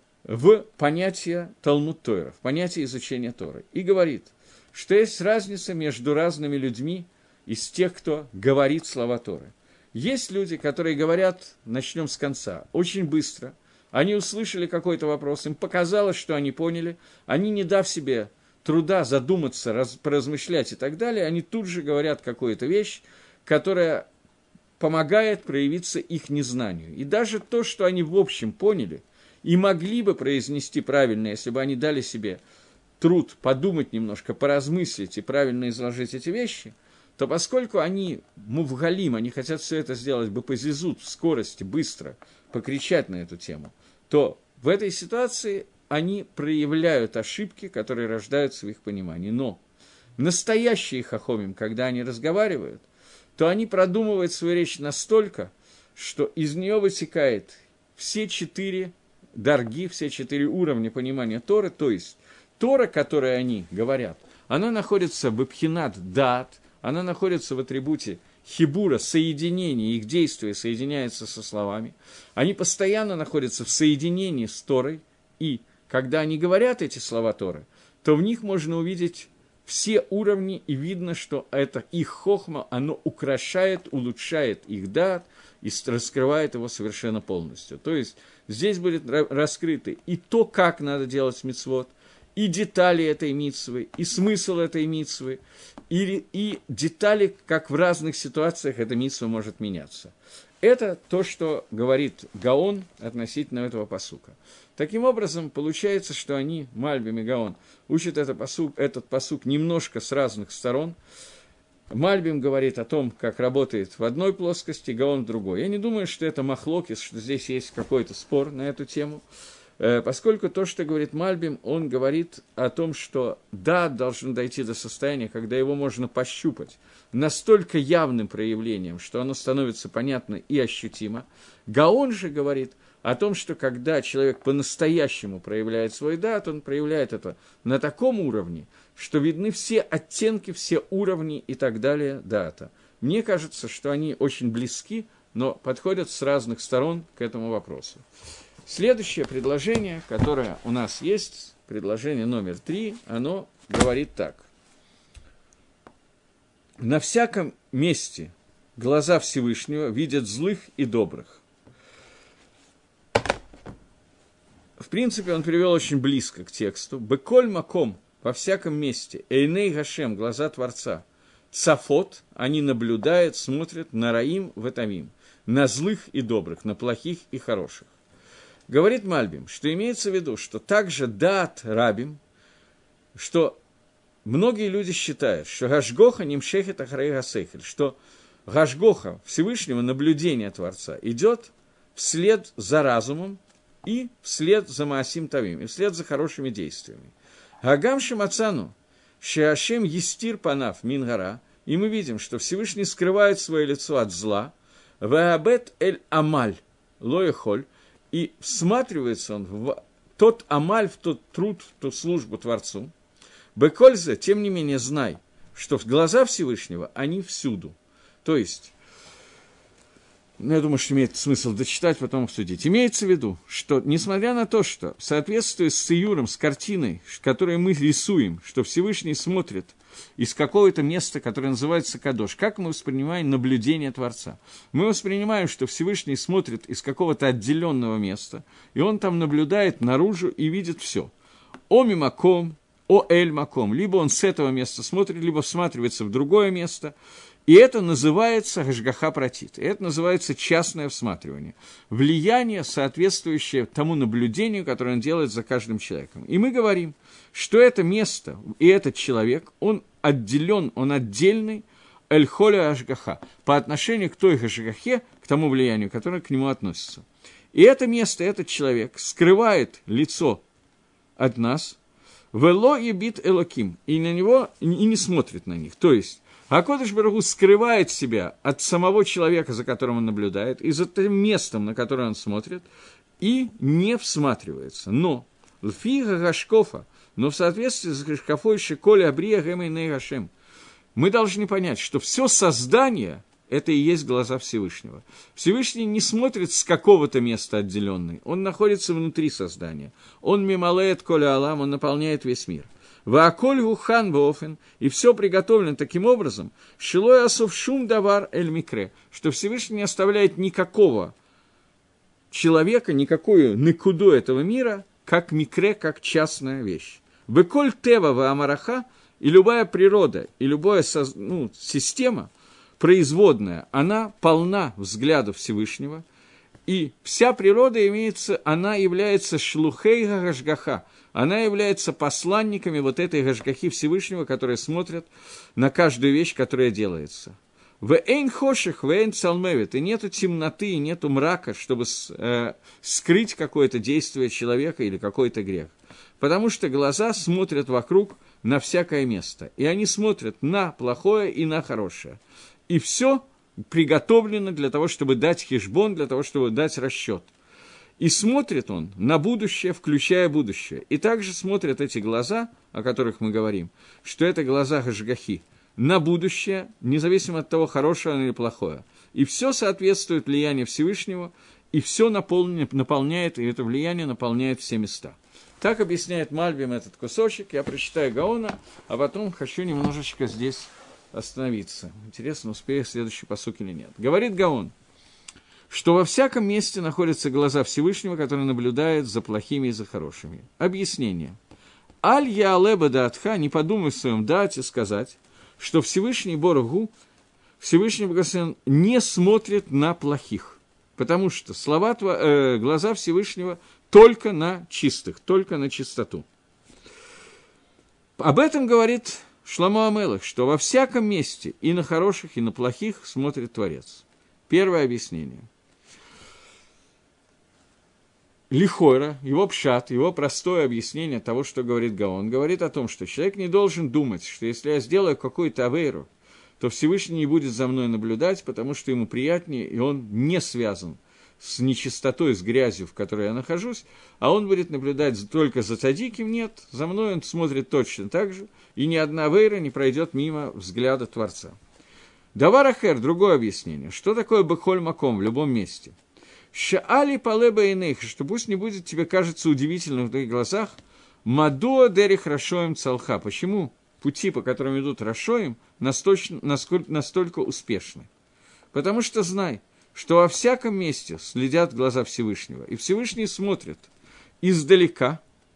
в понятие Талмуд Тойра, в понятие изучения Торы. И говорит, что есть разница между разными людьми из тех, кто говорит слова Торы. Есть люди, которые говорят, начнем с конца, очень быстро. Они услышали какой-то вопрос, им показалось, что они поняли, они, не дав себе труда задуматься, раз, поразмышлять и так далее, они тут же говорят какую-то вещь, которая помогает проявиться их незнанию. И даже то, что они в общем поняли и могли бы произнести правильно, если бы они дали себе труд подумать немножко, поразмыслить и правильно изложить эти вещи, то поскольку они мувгалим, они хотят все это сделать бапазизут, в скорости, быстро, покричать на эту тему, то в этой ситуации они проявляют ошибки, которые рождаются в их понимании. Но настоящие хахомим, когда они разговаривают, то они продумывают свою речь настолько, что из нее вытекает все четыре дарги, все четыре уровня понимания Торы, то есть Тора, которой они говорят, она находится в эпхинат дат, она находится в атрибуте хибура, соединения, их действия соединяются со словами. Они постоянно находятся в соединении с Торой, и когда они говорят эти слова Торы, то в них можно увидеть все уровни, и видно, что это их хохма, оно украшает, улучшает их дат и раскрывает его совершенно полностью. То есть здесь будет раскрыто и то, как надо делать мицвот, и детали этой мицвы, и смысл этой мицвы, и, и детали, как в разных ситуациях эта мицва может меняться. Это то, что говорит Гаон относительно этого пасука. Таким образом, получается, что они, Мальбим и Гаон, учат этот пасук, этот пасук немножко с разных сторон. Мальбим говорит о том, как работает в одной плоскости, Гаон в другой. Я не думаю, что это махлокис, что здесь есть какой-то спор на эту тему. Поскольку то, что говорит Мальбим, он говорит о том, что да, должен дойти до состояния, когда его можно пощупать настолько явным проявлением, что оно становится понятно и ощутимо. Гаон же говорит о том, что когда человек по-настоящему проявляет свой дат, он проявляет это на таком уровне, что видны все оттенки, все уровни и так далее дата. Мне кажется, что они очень близки, но подходят с разных сторон к этому вопросу. Следующее предложение, которое у нас есть, предложение номер три, оно говорит так. На всяком месте глаза Всевышнего видят злых и добрых. В принципе, он привел очень близко к тексту. «Беколь маком» – во всяком месте. «Эйней Гашем» – глаза Творца. «Цафот» – они наблюдают, смотрят на раим ватамим, на злых и добрых, на плохих и хороших. Говорит Мальбим, что имеется в виду, что также дат рабим, что многие люди считают, что Гашгоха нимшехет ахарей гасехель, что Гашгоха Всевышнего, наблюдение Творца, идет вслед за разумом и вслед за Маасим Тавим, и вслед за хорошими действиями. Гагам шимацану, шеашем естир панав мингара, и мы видим, что Всевышний скрывает свое лицо от зла, веабет эль амаль лоехоль, и всматривается он в тот амаль, в тот труд, в ту службу Творцу. Бекользе, тем не менее, знай, что глаза Всевышнего, они всюду. То есть, ну, я думаю, что имеет смысл дочитать, потом обсудить. Имеется в виду, что, несмотря на то, что в соответствии с циюром, с картиной, которую мы рисуем, что Всевышний смотрит из какого-то места, которое называется Кадош, как мы воспринимаем наблюдение Творца? Мы воспринимаем, что Всевышний смотрит из какого-то отделенного места, и он там наблюдает наружу и видит все. О мимаком, о эль маком. Либо он с этого места смотрит, либо всматривается в другое место. И это называется гашгаха пратит. И это называется частное всматривание. Влияние, соответствующее тому наблюдению, которое он делает за каждым человеком. И мы говорим, что это место и этот человек, он отделен, он отдельный эль-холя гашгаха по отношению к той гашгахе, к тому влиянию, которое к нему относится. И это место, этот человек скрывает лицо от нас, вело ебит элоким, и на него и не смотрит на них. То есть, ха-Кодеш Барух Ху скрывает себя от самого человека, за которым он наблюдает, и за тем местом, на которое он смотрит, и не всматривается. Но, лфига гашкофа, но в соответствии с гашкофой шиколи абрия гэмэй гашем, мы должны понять, что все создание – это и есть глаза Всевышнего. Всевышний не смотрит с какого-то места отделенный, он находится внутри создания. Он мималеет коля алам, он наполняет весь мир. Вааколь гухан бофен, и все приготовлено таким образом, шилой асов шум давар эль микре, что Всевышний не оставляет никакого человека, никакую никуду этого мира, как микре, как частная вещь. Веколь тева ва амараха, и любая природа, и любая ну, система, производная, она полна взгляда Всевышнего, и вся природа имеется, она является шлухей гашгаха, она является посланниками вот этой гашгахи Всевышнего, которые смотрят на каждую вещь, которая делается. В эйн хоших, в эйн цалмевит, и нету темноты, и нету мрака, чтобы э, скрыть какое-то действие человека или какой-то грех. Потому что глаза смотрят вокруг на всякое место, и они смотрят на плохое и на хорошее. И все приготовлено для того, чтобы дать хешбон, для того, чтобы дать расчет. И смотрит он на будущее, включая будущее. И также смотрят эти глаза, о которых мы говорим, что это глаза гашгахи, на будущее, независимо от того, хорошее оно или плохое. И все соответствует влиянию Всевышнего, и все наполняет, наполняет, и это влияние наполняет все места. Так объясняет Мальбим этот кусочек. Я прочитаю Гаона, а потом хочу немножечко здесь остановиться. Интересно, успею следующий пасук или нет. Говорит Гаон, что во всяком месте находятся глаза Всевышнего, который наблюдает за плохими и за хорошими. Объяснение. Аль яалеба даатха, не подумай в своем дате сказать, что Всевышний Боргу, Всевышний Богословен не смотрит на плохих, потому что слова, э, глаза Всевышнего только на чистых, только на чистоту. Об этом говорит Шломо ха-Мелех, что во всяком месте и на хороших, и на плохих смотрит Творец. Первое объяснение. лихойра, его пшат, его простое объяснение того, что говорит Гаон, говорит о том, что человек не должен думать, что если я сделаю какую-то авейру, то Всевышний не будет за мной наблюдать, потому что ему приятнее, и он не связан с нечистотой, с грязью, в которой я нахожусь, а он будет наблюдать только за цадиким, нет, за мной он смотрит точно так же, и ни одна авейра не пройдет мимо взгляда Творца. Давар ахер, другое объяснение. Что такое бехоль маком в любом месте? Шаали палеба инейх, что пусть не будет тебе кажется удивительным в твоих глазах, мадуа дерих рашоем цалха. Почему пути, по которым идут рашоем, настолько, настолько успешны? Потому что знай, что во всяком месте следят глаза Всевышнего, и Всевышний смотрит издалека,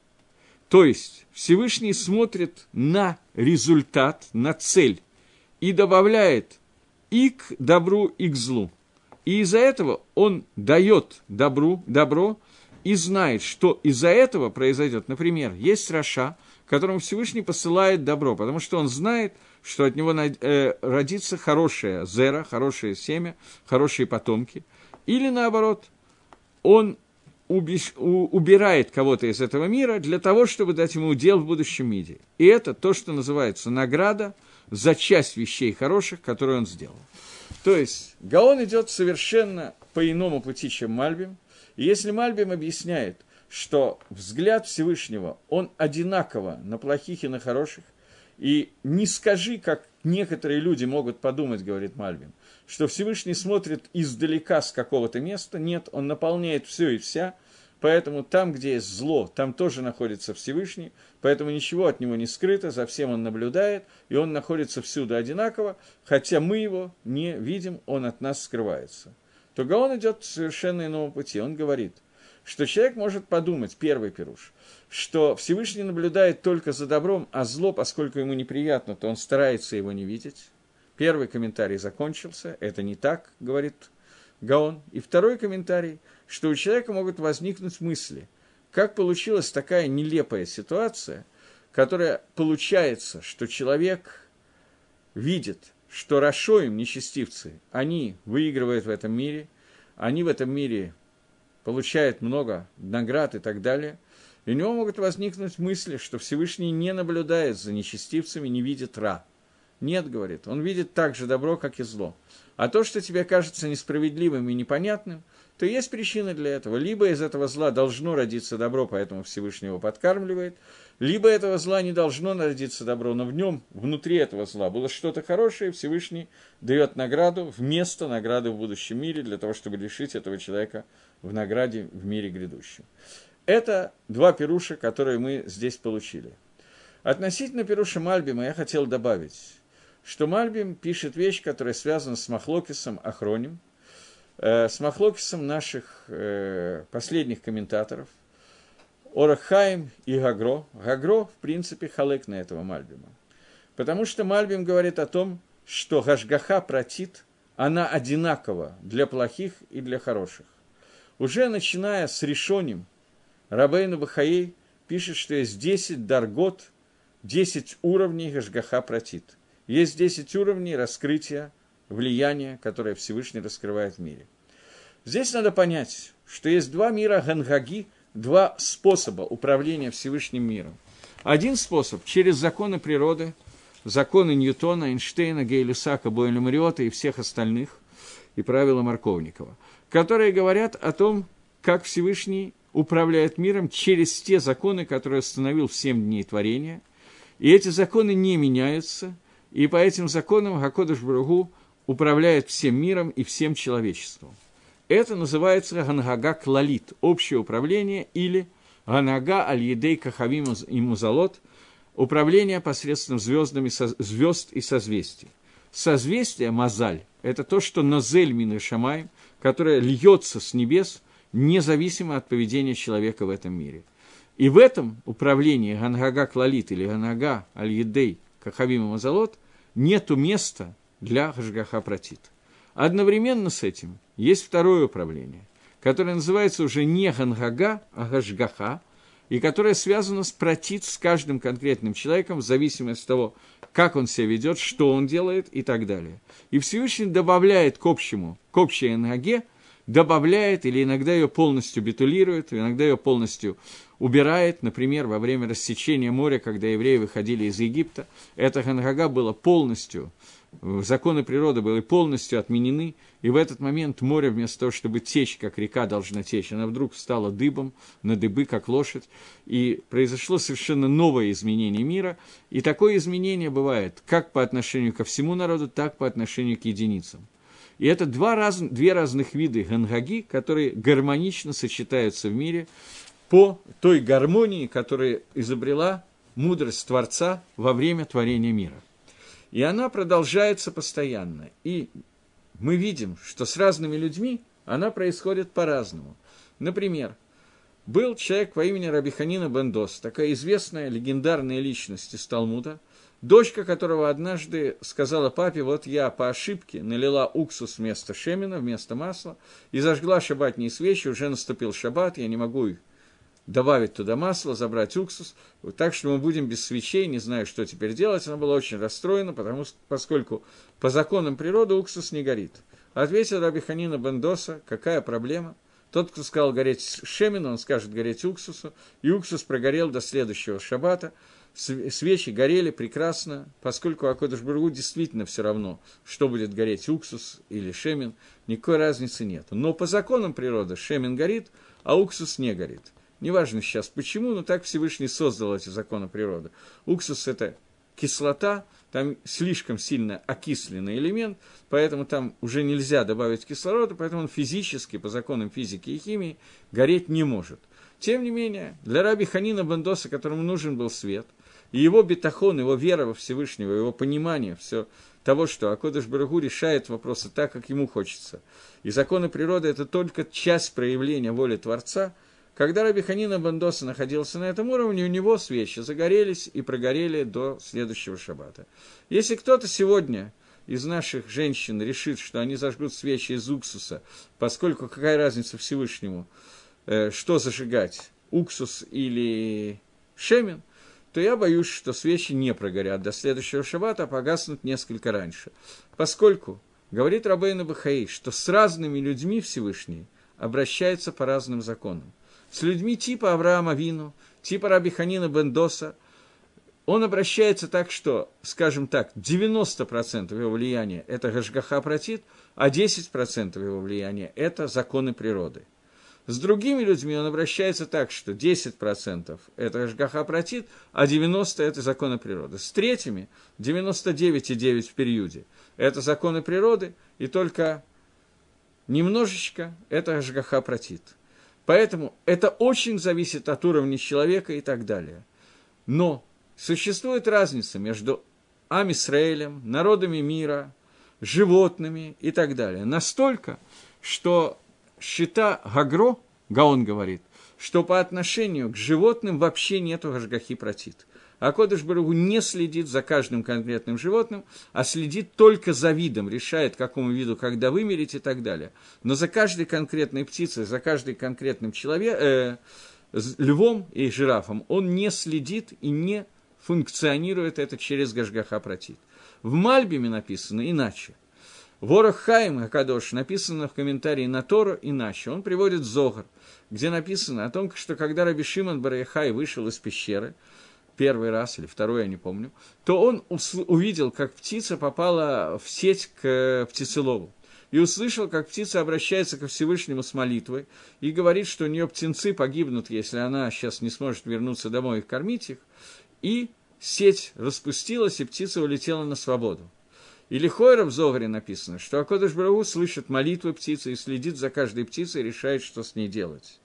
то есть Всевышний смотрит на результат, на цель, и добавляет и к добру, и к злу. И из-за этого он дает добру, добро и знает, что из-за этого произойдет. Например, есть раша, которому Всевышний посылает добро, потому что он знает, что от него э, родится хорошее зера, хорошее семя, хорошие потомки. Или наоборот, он убиш, у, убирает кого-то из этого мира для того, чтобы дать ему удел в будущем мире. И это то, что называется награда за часть вещей хороших, которые он сделал. То есть Гаон идет совершенно по иному пути, чем Мальбим. И если Мальбим объясняет, что взгляд Всевышнего, он одинаково на плохих и на хороших, и не скажи, как некоторые люди могут подумать, говорит Мальбим, что Всевышний смотрит издалека с какого-то места. Нет, он наполняет все и вся. Поэтому там, где есть зло, там тоже находится Всевышний, поэтому ничего от него не скрыто, за всем он наблюдает, и он находится всюду одинаково, хотя мы его не видим, он от нас скрывается. То Гаон идет совершенно иному пути, он говорит, что человек может подумать, первый пируш, что Всевышний наблюдает только за добром, а зло, поскольку ему неприятно, то он старается его не видеть. Первый комментарий закончился, это не так, говорит Гаон. И второй комментарий, что у человека могут возникнуть мысли, как получилась такая нелепая ситуация, которая получается, что человек видит, что рашоим, нечестивцы, они выигрывают в этом мире, они в этом мире получают много наград и так далее, и у него могут возникнуть мысли, что Всевышний не наблюдает за нечестивцами, не видит ра. Нет, говорит, он видит так же добро, как и зло. А то, что тебе кажется несправедливым и непонятным, то есть причина для этого. Либо из этого зла должно родиться добро, поэтому Всевышний его подкармливает, либо этого зла не должно родиться добро, но в нем, внутри этого зла, было что-то хорошее, Всевышний дает награду вместо награды в будущем мире, для того, чтобы лишить этого человека в награде в мире грядущем. Это два пируша, которые мы здесь получили. Относительно пируша Мальбима я хотел добавить, что Мальбим пишет вещь, которая связана с Махлокисом Ахроним, э, с Махлокисом наших э, последних комментаторов, Орах Хаим и Гагро. Гагро, в принципе, халек на этого Мальбима. Потому что Мальбим говорит о том, что Гашгаха Пратит, она одинакова для плохих и для хороших. Уже начиная с Ришоним, Рабейну Бахаей пишет, что есть десять даргот, десять уровней Гашгаха Пратит. Есть десять уровней раскрытия, влияния, которое Всевышний раскрывает в мире. Здесь надо понять, что есть два мира Гангаги, два способа управления Всевышним миром. Один способ через законы природы, законы Ньютона, Эйнштейна, Гей-Люсака, Бойля-Мариота и всех остальных, и правила Марковникова, которые говорят о том, как Всевышний управляет миром через те законы, которые установил в семь дней творения, и эти законы не меняются, и по этим законам Гакодыш Барух Ху управляет всем миром и всем человечеством. Это называется Ганага Клалит, общее управление, или Ганага Аль-Едей Кахавим и Музалот, управление посредством звездами, звезд и созвездий. Созвездие, Мазаль, это то, что Нозель Мин Шамай, которое льется с небес, независимо от поведения человека в этом мире. И в этом управлении Ганага Клалит или Ганага Аль-Едей Кахавим и Мазалот нету места для Гашгаха Пратит. Одновременно с этим есть второе управление, которое называется уже не Гангага, а Гашгаха, и которое связано с Пратит, с каждым конкретным человеком, в зависимости от того, как он себя ведет, что он делает и так далее. И Всевышний добавляет к общему, к общей Гангаге добавляет или иногда ее полностью битулирует, иногда ее полностью убирает. Например, во время рассечения моря, когда евреи выходили из Египта, эта ганага была полностью, законы природы были полностью отменены, и в этот момент море, вместо того, чтобы течь, как река должна течь, она вдруг стала дыбом, на дыбы, как лошадь, и произошло совершенно новое изменение мира, и такое изменение бывает как по отношению ко всему народу, так по отношению к единицам. И это два раз, две разных вида гангаги, которые гармонично сочетаются в мире по той гармонии, которую изобрела мудрость Творца во время творения мира. И она продолжается постоянно. И мы видим, что с разными людьми она происходит по-разному. Например, был человек по имени Раби Ханина бен Дос, такая известная легендарная личность из Талмуда, дочка которого однажды сказала папе: вот я по ошибке налила уксус вместо шемена, вместо масла, и зажгла шаббатные свечи, уже наступил шаббат, я не могу их добавить туда масло, забрать уксус, так что мы будем без свечей, не знаю, что теперь делать. Она была очень расстроена, потому что, поскольку по законам природы уксус не горит. Ответил Раби Ханина бен Доса: какая проблема? Тот, кто сказал гореть шемену, он скажет гореть уксусу, и уксус прогорел до следующего шаббата. Свечи горели прекрасно, поскольку АКодеш Барух Ху действительно все равно, что будет гореть, уксус или шемен, никакой разницы нет. Но по законам природы шемен горит, а уксус не горит. Неважно сейчас почему, но так Всевышний создал эти законы природы. Уксус – это кислота, там слишком сильно окисленный элемент, поэтому там уже нельзя добавить кислорода, поэтому он физически, по законам физики и химии, гореть не может. Тем не менее, для Раби Ханина бен Доса, которому нужен был свет, и его бетахон, его вера во Всевышнего, его понимание все того, что АКодеш Барух Ху решает вопросы так, как ему хочется. И законы природы – это только часть проявления воли Творца. Когда Раби Ханина бен Доса находился на этом уровне, у него свечи загорелись и прогорели до следующего шаббата. Если кто-то сегодня из наших женщин решит, что они зажгут свечи из уксуса, поскольку какая разница Всевышнему, э, что зажигать, уксус или шемен, то я боюсь, что свечи не прогорят до следующего шаббата, а погаснут несколько раньше. Поскольку, говорит Рабейну Бахаи, что с разными людьми Всевышний обращается по разным законам. С людьми типа Авраама Авину, типа Раби Ханина бен Доса, он обращается так, что, скажем так, девяносто процентов его влияния – это гашгаха пратит, а десять процентов его влияния – это законы природы. С другими людьми он обращается так, что десять процентов – это гашгаха пратит, а девяносто процентов – это законы природы. С третьими – девяносто девять целых девять десятых в периоде – это законы природы, и только немножечко – это гашгаха пратит. Поэтому это очень зависит от уровня человека и так далее. Но существует разница между Ам Исраэлем, народами мира, животными и так далее. Настолько, что Шита Гагро, Гаон говорит, что по отношению к животным вообще нету гашгахи пратит. АКодеш Барух Ху не следит за каждым конкретным животным, а следит только за видом, решает, какому виду, когда вымереть и так далее. Но за каждой конкретной птицей, за каждым конкретным человеком, э, львом и жирафом он не следит и не функционирует это через гашгаха пратит. В Мальбиме написано иначе. В Орах Хаим ха-Кадош написано в комментарии на Тору иначе. Он приводит Зогар, где написано о том, что когда Раби Шимон бар Йохай вышел из пещеры, первый раз или второй, я не помню, то он увидел, как птица попала в сеть к птицелову. И услышал, как птица обращается ко Всевышнему с молитвой и говорит, что у нее птенцы погибнут, если она сейчас не сможет вернуться домой и кормить их. И сеть распустилась, и птица улетела на свободу. И лихойра в Зогаре написано, что АКодеш Барух Ху слышит молитвы птицы и следит за каждой птицей и решает, что с ней делать.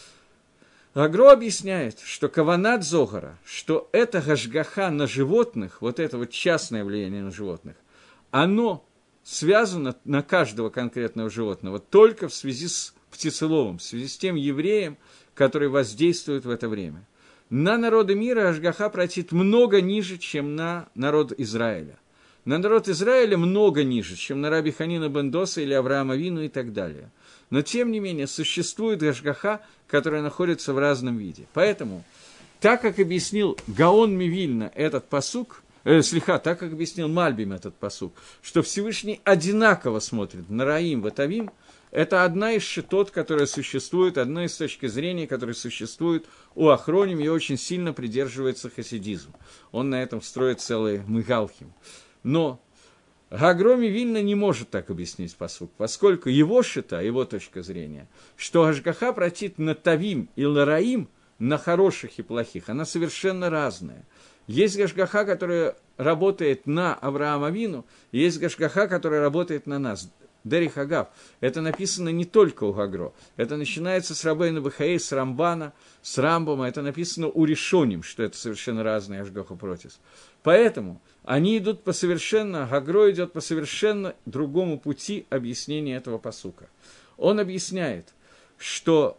Агро объясняет, что каванат Зогара, что это гашгаха на животных, вот это вот частное влияние на животных, оно связано на каждого конкретного животного только в связи с птицеловом, в связи с тем евреем, который воздействует в это время. На народы мира гашгаха пратит много ниже, чем на народ Израиля. На народ Израиля много ниже, чем на Раби Ханина бен Доса или Авраама Авину и так далее. Но, тем не менее, существует гашгаха, которая находится в разном виде. Поэтому, так как объяснил Гаон Мивильна этот пасук, э, слиха, так как объяснил Мальбим этот пасук, что Всевышний одинаково смотрит на Раим, Ватавим, это одна из шитот, которая существует, одна из точки зрения, которая существует у Ахроним и очень сильно придерживается хасидизм. Он на этом строит целый мигалхим. Но Гагроми Вильна не может так объяснить пасук, поскольку его шита, его точка зрения, что Ашгаха протит на Тавим и Лараим, на хороших и плохих, она совершенно разная. Есть Гашгаха, которая работает на Авраама Авину, есть Гашгаха, которая работает на нас. Дерих Агав. Это написано не только у Гагро. Это начинается с Рабейну Бахаи, с Рамбана, с Рамбома. Это написано у Ришоним, что это совершенно разные Ашгаха Протис. Поэтому они идут по совершенно, Гагро идет по совершенно другому пути объяснения этого пасука. Он объясняет, что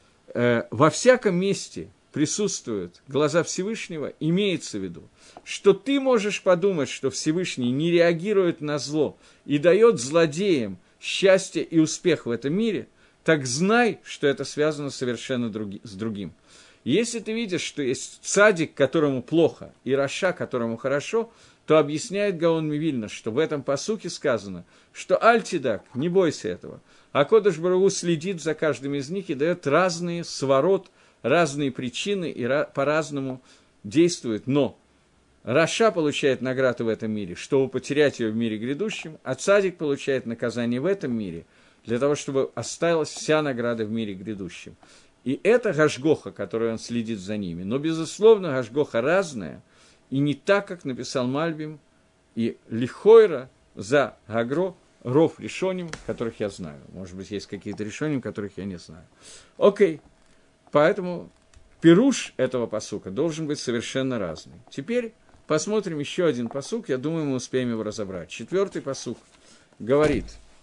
э, во всяком месте присутствуют глаза Всевышнего, имеется в виду, что ты можешь подумать, что Всевышний не реагирует на зло и дает злодеям счастье и успех в этом мире, так знай, что это связано совершенно други, с другим. Если ты видишь, что есть цадик, которому плохо, и раша, которому хорошо, то объясняет Гаон Мивильна, что в этом пасуке сказано, что Аль-Тидак, не бойся этого, а Кодеш Баругу следит за каждым из них и дает разные сворот, разные причины и по-разному действует, но раша получает награду в этом мире, чтобы потерять ее в мире грядущем, а цадик получает наказание в этом мире, для того, чтобы осталась вся награда в мире грядущем. И это Гашгоха, которой он следит за ними. Но, безусловно, Гашгоха разная, и не так, как написал Мальбим, и Лихойра за Гагро, ров решоним, которых я знаю. Может быть, есть какие-то решоним, которых я не знаю. Окей. Поэтому пируш этого пасука должен быть совершенно разный. Теперь посмотрим еще один пасук, я думаю, мы успеем его разобрать. Четвертый пасук говорит,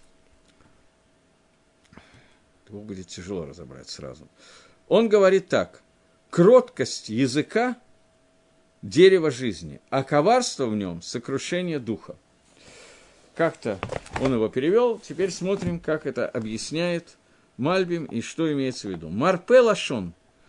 его будет тяжело разобрать сразу. Он говорит так: кроткость языка – дерево жизни, а коварство в нем – сокрушение духа. Как-то он его перевел, теперь смотрим, как это объясняет Мальбим и что имеется в виду. Марпе лашон.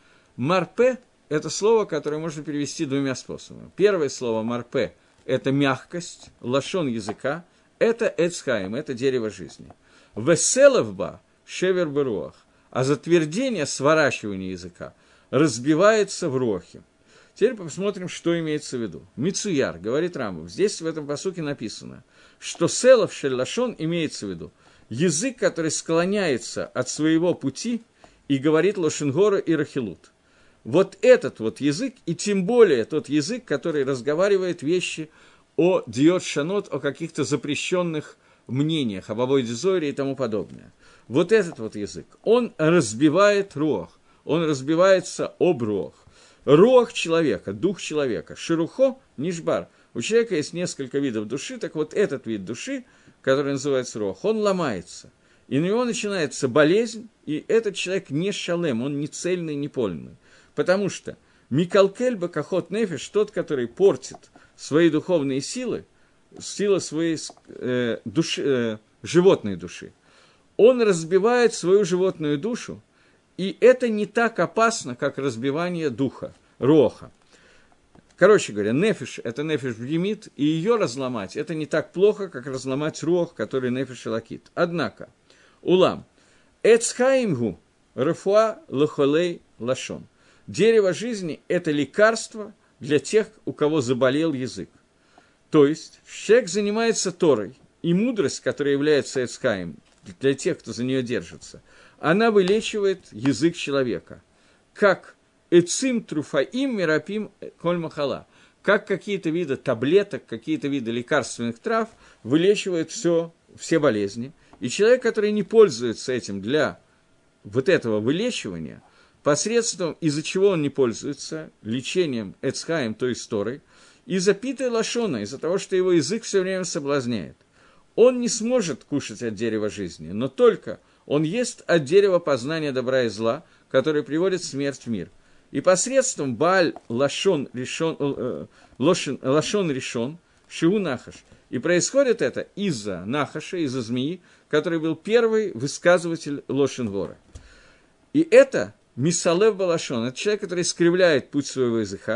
Марпе – это слово, которое можно перевести двумя способами. Первое слово марпе – это мягкость, лашон языка, это эцхаим, это дерево жизни. Веселовба – шевер беруах, а затвердение, сворачивание языка разбивается в рохе. Теперь посмотрим, что имеется в виду. Мицуяр, говорит Рамбам, здесь в этом пасуке написано, что селов шеллашон имеется в виду язык, который склоняется от своего пути и говорит лошенгора и рахилут. Вот этот вот язык, и тем более тот язык, который разговаривает вещи о диот шанот, о каких-то запрещенных мнениях, об авойде зоре и тому подобное. Вот этот вот язык, он разбивает руах, он разбивается об руах. Руах человека, дух человека, шерухо, нишбар. У человека есть несколько видов души, так вот этот вид души, который называется руах, он ломается. И на него начинается болезнь, и этот человек не шалем, он не цельный, не полный. Потому что микалкель бакахот нефиш, тот, который портит свои духовные силы, сила своей э, души, э, животной души, он разбивает свою животную душу, и это не так опасно, как разбивание духа, роха. Короче говоря, нефиш – это нефиш бьемит, и ее разломать – это не так плохо, как разломать рох, который нефиш и лакит. Однако, улам, эцхаимгу, рефуа лохолей лашон. Дерево жизни – это лекарство для тех, у кого заболел язык. То есть, человек занимается Торой, и мудрость, которая является эцхаим, для тех, кто за нее держится, она вылечивает язык человека. Как эцим труфаим мирапим коль махала. Как какие-то виды таблеток, какие-то виды лекарственных трав вылечивают все, все болезни. И человек, который не пользуется этим для вот этого вылечивания, посредством, из-за чего он не пользуется, лечением эцхаем, то есть Торой, из-за питы лашона, из-за того, что его язык все время соблазняет. Он не сможет кушать от дерева жизни, но только он ест от дерева познания добра и зла, которое приводит смерть в мир. И посредством Бааль Лашон решен, э, лошен, Лашон решен, Шиу Нахаш. И происходит это из-за Нахаша, из-за змеи, который был первый высказыватель Лошенгора. И это Мисалев Балашон, это человек, который искривляет путь своего языка,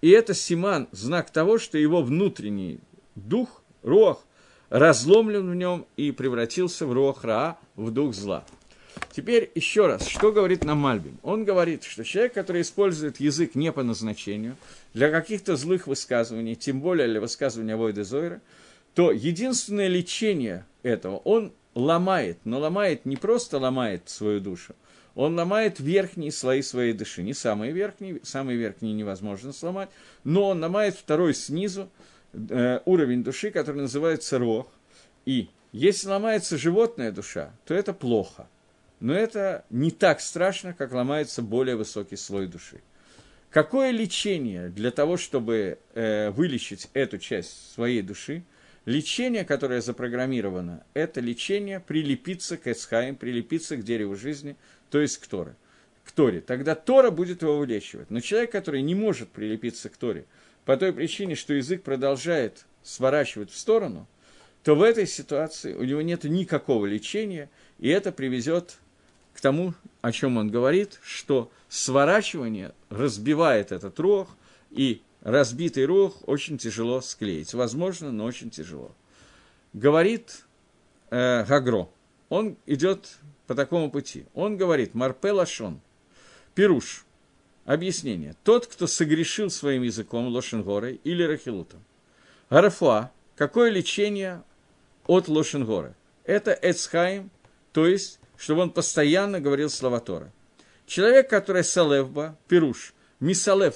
и это симан, знак того, что его внутренний дух, руах, разломлен в нем и превратился в руах раа, в дух зла. Теперь еще раз, что говорит нам Мальбим? Он говорит, что человек, который использует язык не по назначению, для каких-то злых высказываний, тем более для высказывания Авойда Зойра, то единственное лечение этого, он ломает, но ломает не просто ломает свою душу, он ломает верхние слои своей души, не самые верхние, самые верхние невозможно сломать, но он ломает второй снизу э, уровень души, который называется рох. И если ломается животная душа, то это плохо, но это не так страшно, как ломается более высокий слой души. Какое лечение для того, чтобы э, вылечить эту часть своей души? Лечение, которое запрограммировано, это лечение прилепиться к Эцхаим, прилепиться к дереву жизни, то есть к Торе. К Торе. Тогда Тора будет его вылечивать. Но человек, который не может прилепиться к Торе, по той причине, что язык продолжает сворачивать в сторону, то в этой ситуации у него нет никакого лечения, и это приведет к тому, о чем он говорит, что сворачивание разбивает этот рог, и разбитый рог очень тяжело склеить. Возможно, но очень тяжело. Говорит э, Гагро. Он идет по такому пути. Он говорит, Марпе Лашон, Пируш, объяснение. Тот, кто согрешил своим языком, Лошенгорой или Рахилутом. Гарафуа, какое лечение от Лошенгоры? Это Эцхаим, то есть, чтобы он постоянно говорил слова Тора. Человек, который салевба, Пируш, мисалев,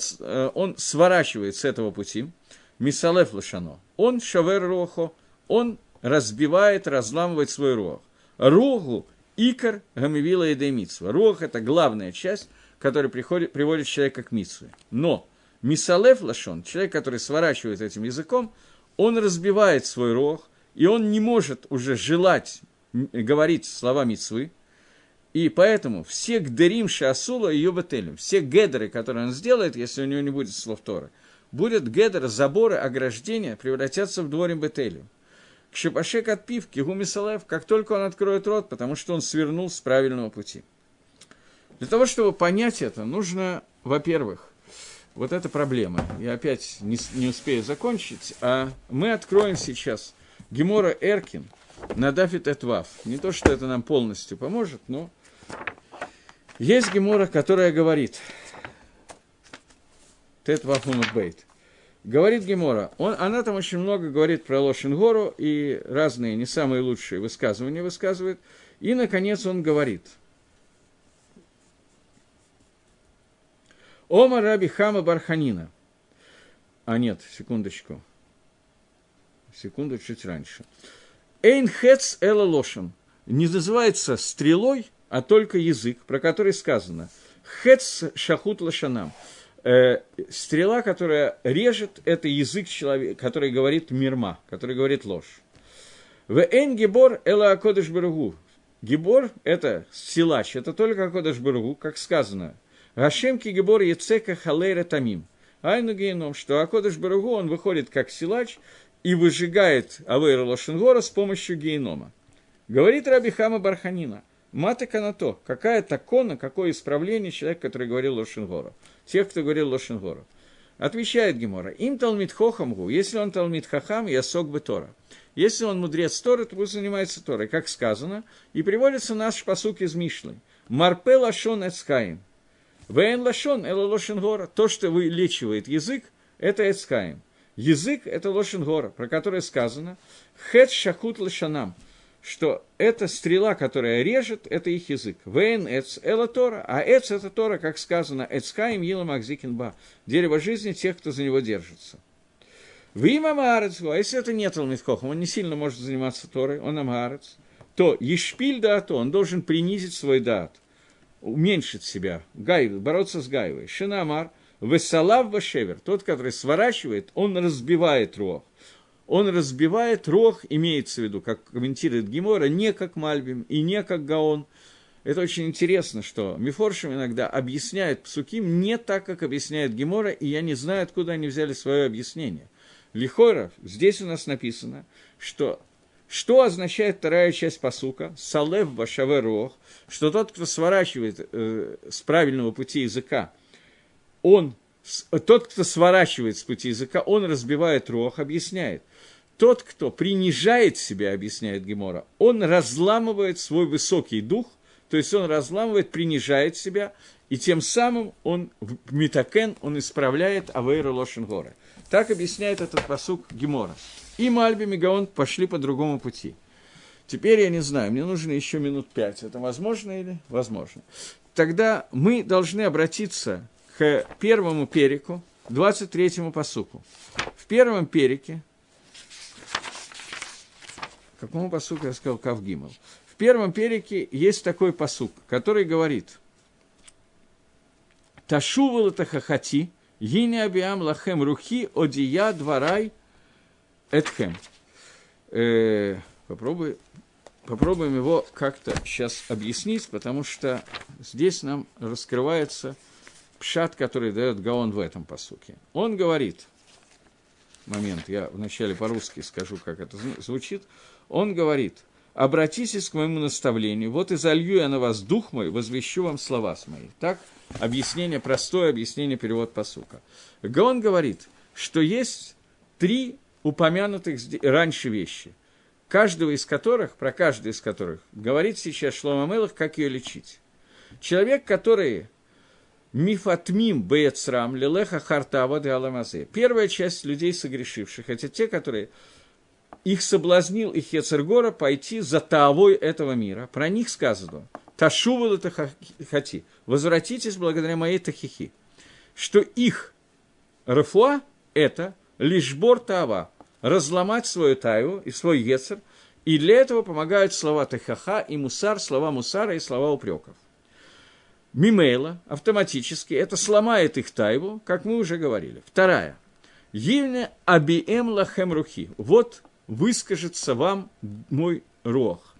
он сворачивает с этого пути, мисалев лошано, он шавер рохо, он разбивает, разламывает свой рог. Рогу икар гамивила и демитсва. Рог – это главная часть, которая приходит, приводит человека к митсве. Но мисалев лошон, человек, который сворачивает этим языком, он разбивает свой рог, и он не может уже желать говорить слова митсвы. И поэтому все гдерим шасула и юбателем, все гедеры, которые он сделает, если у него не будет слов Торы, будут гедеры, заборы, ограждения, превратятся в дворим бетелем. К шипашек отпив, кигу мисалев, как только он откроет рот, потому что он свернул с правильного пути. Для того, чтобы понять это, нужно, во-первых, вот эта проблема. Я опять не, не успею закончить, а мы откроем сейчас Гемора Эркин на Дафит Этвав. Не то, что это нам полностью поможет, но есть Гемора, которая говорит, Тетвав Умутбейт, говорит Гемора, он, она там очень много говорит про Лошенгору и разные не самые лучшие высказывания высказывает, и, наконец, он говорит, Ома Раби Хама Барханина, а нет, секундочку, секунду чуть раньше, Эйн хец эла лошен, не называется стрелой, а только язык, про который сказано. Хец шахут лошанам. Э, стрела, которая режет, это язык человека, который говорит мирма, который говорит ложь. В эйн гибор эла акодыш баругу. Гибор – это силач, это только акодыш баругу, как сказано. Гашемки гибор яцека халейра тамим. Айну гейном, что акодыш баругу, он выходит как силач и выжигает авейра лошенгора с помощью гейнома. Говорит Раби Хама Барханина, мата канато, какая такона, какое исправление человек, который говорил Лошенгору, тех, кто говорил Лошенгору. Отвечает Гемора, им талмид хохамгу, если он талмид хахам, я сок бы Тора. Если он мудрец Торы, то пусть занимается Торой, как сказано, и приводится наш пасук из Мишлы. Марпе лашон эцхаим. Вэйн лашон эла Лошенгора. То, что вылечивает язык, это эцхаим. Язык – это Лошенгора, про который сказано «Хэт шахут лашанам», что эта стрела, которая режет, это их язык. «Вэйн эц эла Тора», а эц – это Тора, как сказано «Эцхаим йилам ахзикин ба», дерево жизни тех, кто за него держится. «Вим амаарец», а если это не талмид хохам, он не сильно может заниматься Торой, он амаарец, то «Ешпиль даато», он должен принизить свой даат, уменьшить себя, гайвы, бороться с гайвой. «Шина амар», «Весалав вашевер», тот, который сворачивает, он разбивает рог. Он разбивает рог, имеется в виду, как комментирует Гемора, не как Мальбим и не как Гаон. Это очень интересно, что Мифоршим иногда объясняет псуким не так, как объясняет Гемора, и я не знаю, откуда они взяли свое объяснение. Лихора, здесь у нас написано, что, что означает вторая часть пасука, «Салев вашавер рог», что тот, кто сворачивает э, с правильного пути языка, он тот, кто сворачивает с пути языка, он разбивает руах, объясняет. Тот, кто принижает себя, объясняет Гемора, он разламывает свой высокий дух, то есть он разламывает, принижает себя, и тем самым он, митакен, он исправляет авейру лошен гора. Так объясняет этот пасук Гемора. И Мальбим, и Гаон пошли по другому пути. Теперь я не знаю, мне нужно еще минут пять. Это возможно или? Возможно. Тогда мы должны обратиться к первому перику, двадцать третьему пасуку. В первом перике, какому пасуку я сказал, Кав Гимел? В первом перике есть такой пасук, который говорит: «Ташувал тахахати, гине абиам лахем рухи, одия дварай этхем». Э, попробуй, попробуем его как-то сейчас объяснить, потому что здесь нам раскрывается пшат, который дает Гаон в этом пасуке. Он говорит, момент, я вначале по-русски скажу, как это звучит, он говорит: «Обратитесь к моему наставлению, вот изолью я на вас дух мой, возвещу вам слова мои». Так, объяснение, простое объяснение, перевод пасука. Гаон говорит, что есть три упомянутых раньше вещи, каждого из которых, про каждую из которых говорит сейчас Шломо Мелех, как ее лечить. Человек, который мифатмим беецрам лелеха хартава де аламазе. Первая часть людей согрешивших, это те, которые их соблазнил их Ецер-Гора пойти за таавой этого мира. Про них сказано: «Ташувал это хати», возвратитесь благодаря моей тахихи. Что их рефуа – это лишбор таава, разломать свою тайву и свой Ецер, и для этого помогают слова тахаха и мусар, слова мусара и слова упреков. Мимейла автоматически это сломает их тайву, как мы уже говорили. Вторая. Гивне абиэм лахем рухи. Вот выскажется вам мой руах.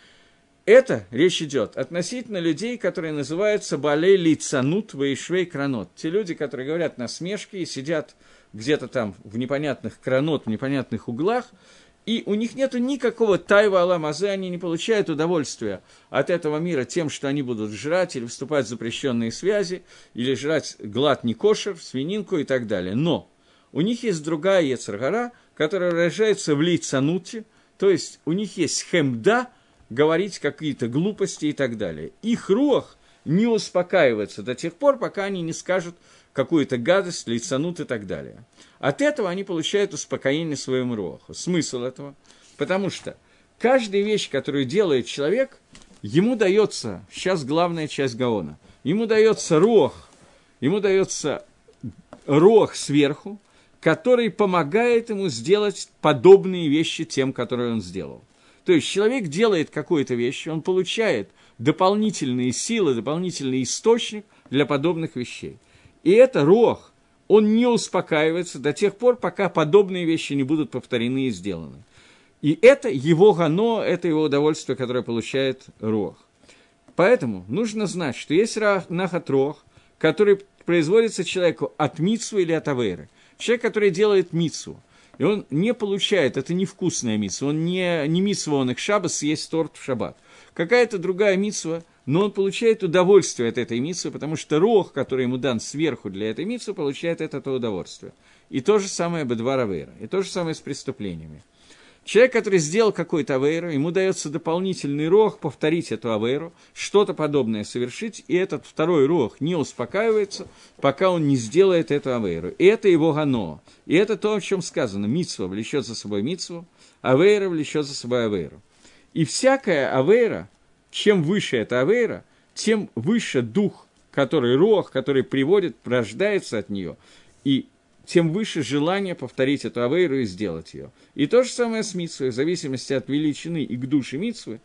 Это речь идет относительно людей, которые называются балей лицанут ваишвей кранот. Те люди, которые говорят насмешки и сидят где-то там в непонятных кранот, в непонятных углах, и у них нет никакого тайва аламазе, они не получают удовольствия от этого мира тем, что они будут жрать или вступать в запрещенные связи, или жрать глад некошер, свининку и так далее. Но у них есть другая Ецер-Гора, которая выражается в лицануте, то есть у них есть хемда, говорить какие-то глупости и так далее. Их руах не успокаивается до тех пор, пока они не скажут какую-то гадость, лицанут и так далее. От этого они получают успокоение своему руаху. Смысл этого? Потому что каждая вещь, которую делает человек, ему дается, сейчас главная часть Гаона, ему дается руах, ему дается руах сверху, который помогает ему сделать подобные вещи тем, которые он сделал. То есть человек делает какую-то вещь, он получает дополнительные силы, дополнительный источник для подобных вещей. И это руах, он не успокаивается до тех пор, пока подобные вещи не будут повторены и сделаны. И это его гано, это его удовольствие, которое получает руах. Поэтому нужно знать, что есть нахат руах, который производится человеку от мицвы или от авейры. Человек, который делает мицву, и он не получает, это невкусная мицва, он не, не мицва, он их шаббат, съесть торт в шаббат. Какая-то другая мицва, но он получает удовольствие от этой мицвы, потому что руах, который ему дан сверху для этой мицвы, получает от этого удовольствие. И то же самое бедвар авейра, и то же самое с преступлениями. Человек, который сделал какой-то авейру, ему дается дополнительный руах повторить эту авейру, что-то подобное совершить, и этот второй руах не успокаивается, пока он не сделает эту авейру. И это его гано. И это то, о чем сказано. Мицва влечет за собой мицву, авейра влечет за собой авейру. И всякая авейра, чем выше эта авейра, тем выше дух, который руах, который приводит, рождается от нее, и тем выше желание повторить эту авейру и сделать ее. И то же самое с мицвой, в зависимости от величины и к душе мицвы,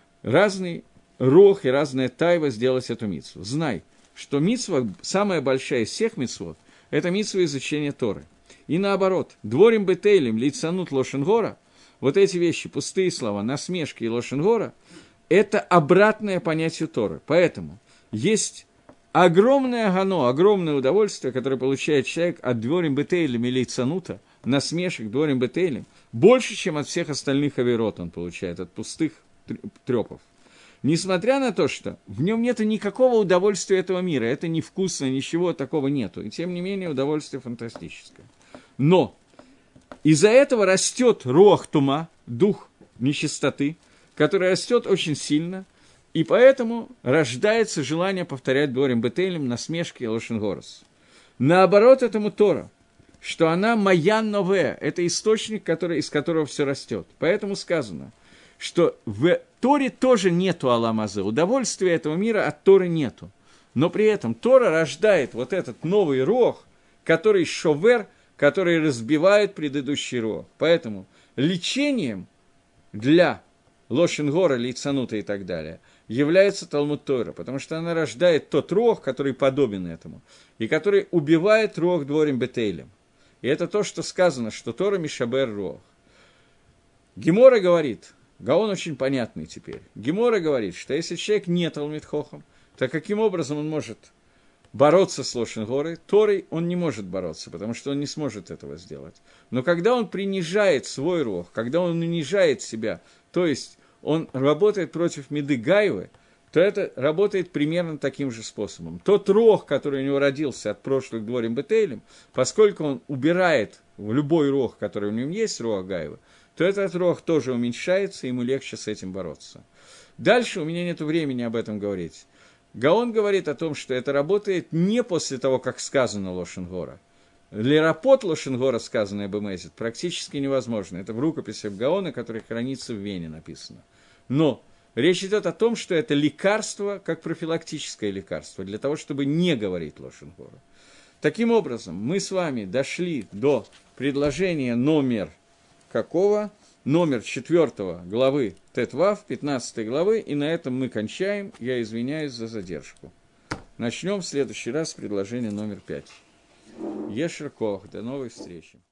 разный рох и разная тайва сделать эту мицву. Знай, что мицва, самая большая из всех мицвот, это мицва изучения Торы. И наоборот, дворим бетейлем, лицанут лошенгора, вот эти вещи, пустые слова, насмешки и лошенгора, это обратное понятие Торы. Поэтому есть огромное гано, огромное удовольствие, которое получает человек от дворим бетейлем или цанута, насмешек дворим бетейлем, больше, чем от всех остальных авейрот он получает, от пустых трепов. Несмотря на то, что в нем нет никакого удовольствия этого мира, это невкусно, ничего такого нету. И тем не менее удовольствие фантастическое. Но из-за этого растет руах тума, дух нечистоты, который растет очень сильно, и поэтому рождается желание повторять дворим бетейлем, насмешки и лошен горос. Наоборот этому Тора, что она моя новая, это источник, который, из которого все растет. Поэтому сказано, что в Торе тоже нету аламазе, удовольствия этого мира от Торы нету. Но при этом Тора рождает вот этот новый рог, который шовер, который разбивает предыдущий рог. Поэтому лечением для лошен-гора, лейцанута и так далее является Талмуд Тора, потому что она рождает тот рог, который подобен этому, и который убивает рог дворим бетейлем. И это то, что сказано, что Тора мишабер рог. Гемора говорит, Гаон очень понятный теперь, Гемора говорит, что если человек не Талмид Хохам, то каким образом он может бороться с лошен-горой? Торой он не может бороться, потому что он не сможет этого сделать. Но когда он принижает свой рог, когда он унижает себя, то есть он работает против Меды Гаевы, то это работает примерно таким же способом. Тот рог, который у него родился от прошлых дворим бетейлем, поскольку он убирает в любой рог, который у него есть, рог Гаевы, то этот рог тоже уменьшается, и ему легче с этим бороться. Дальше у меня нет времени об этом говорить. Гаон говорит о том, что это работает не после того, как сказано лошен-гора. Лерапот лошен-гора, сказанное Бемезит, практически невозможно. Это в рукописях Гаона, который хранится в Вене, написано. Но речь идет о том, что это лекарство, как профилактическое лекарство, для того, чтобы не говорить лошен-гора. Таким образом, мы с вами дошли до предложения номер какого? Номер четвертого главы Тет-Вав, пятнадцатой главы, и на этом мы кончаем. Я извиняюсь за задержку. Начнем в следующий раз с предложения номер пять. Ешер Кох. До новой встречи.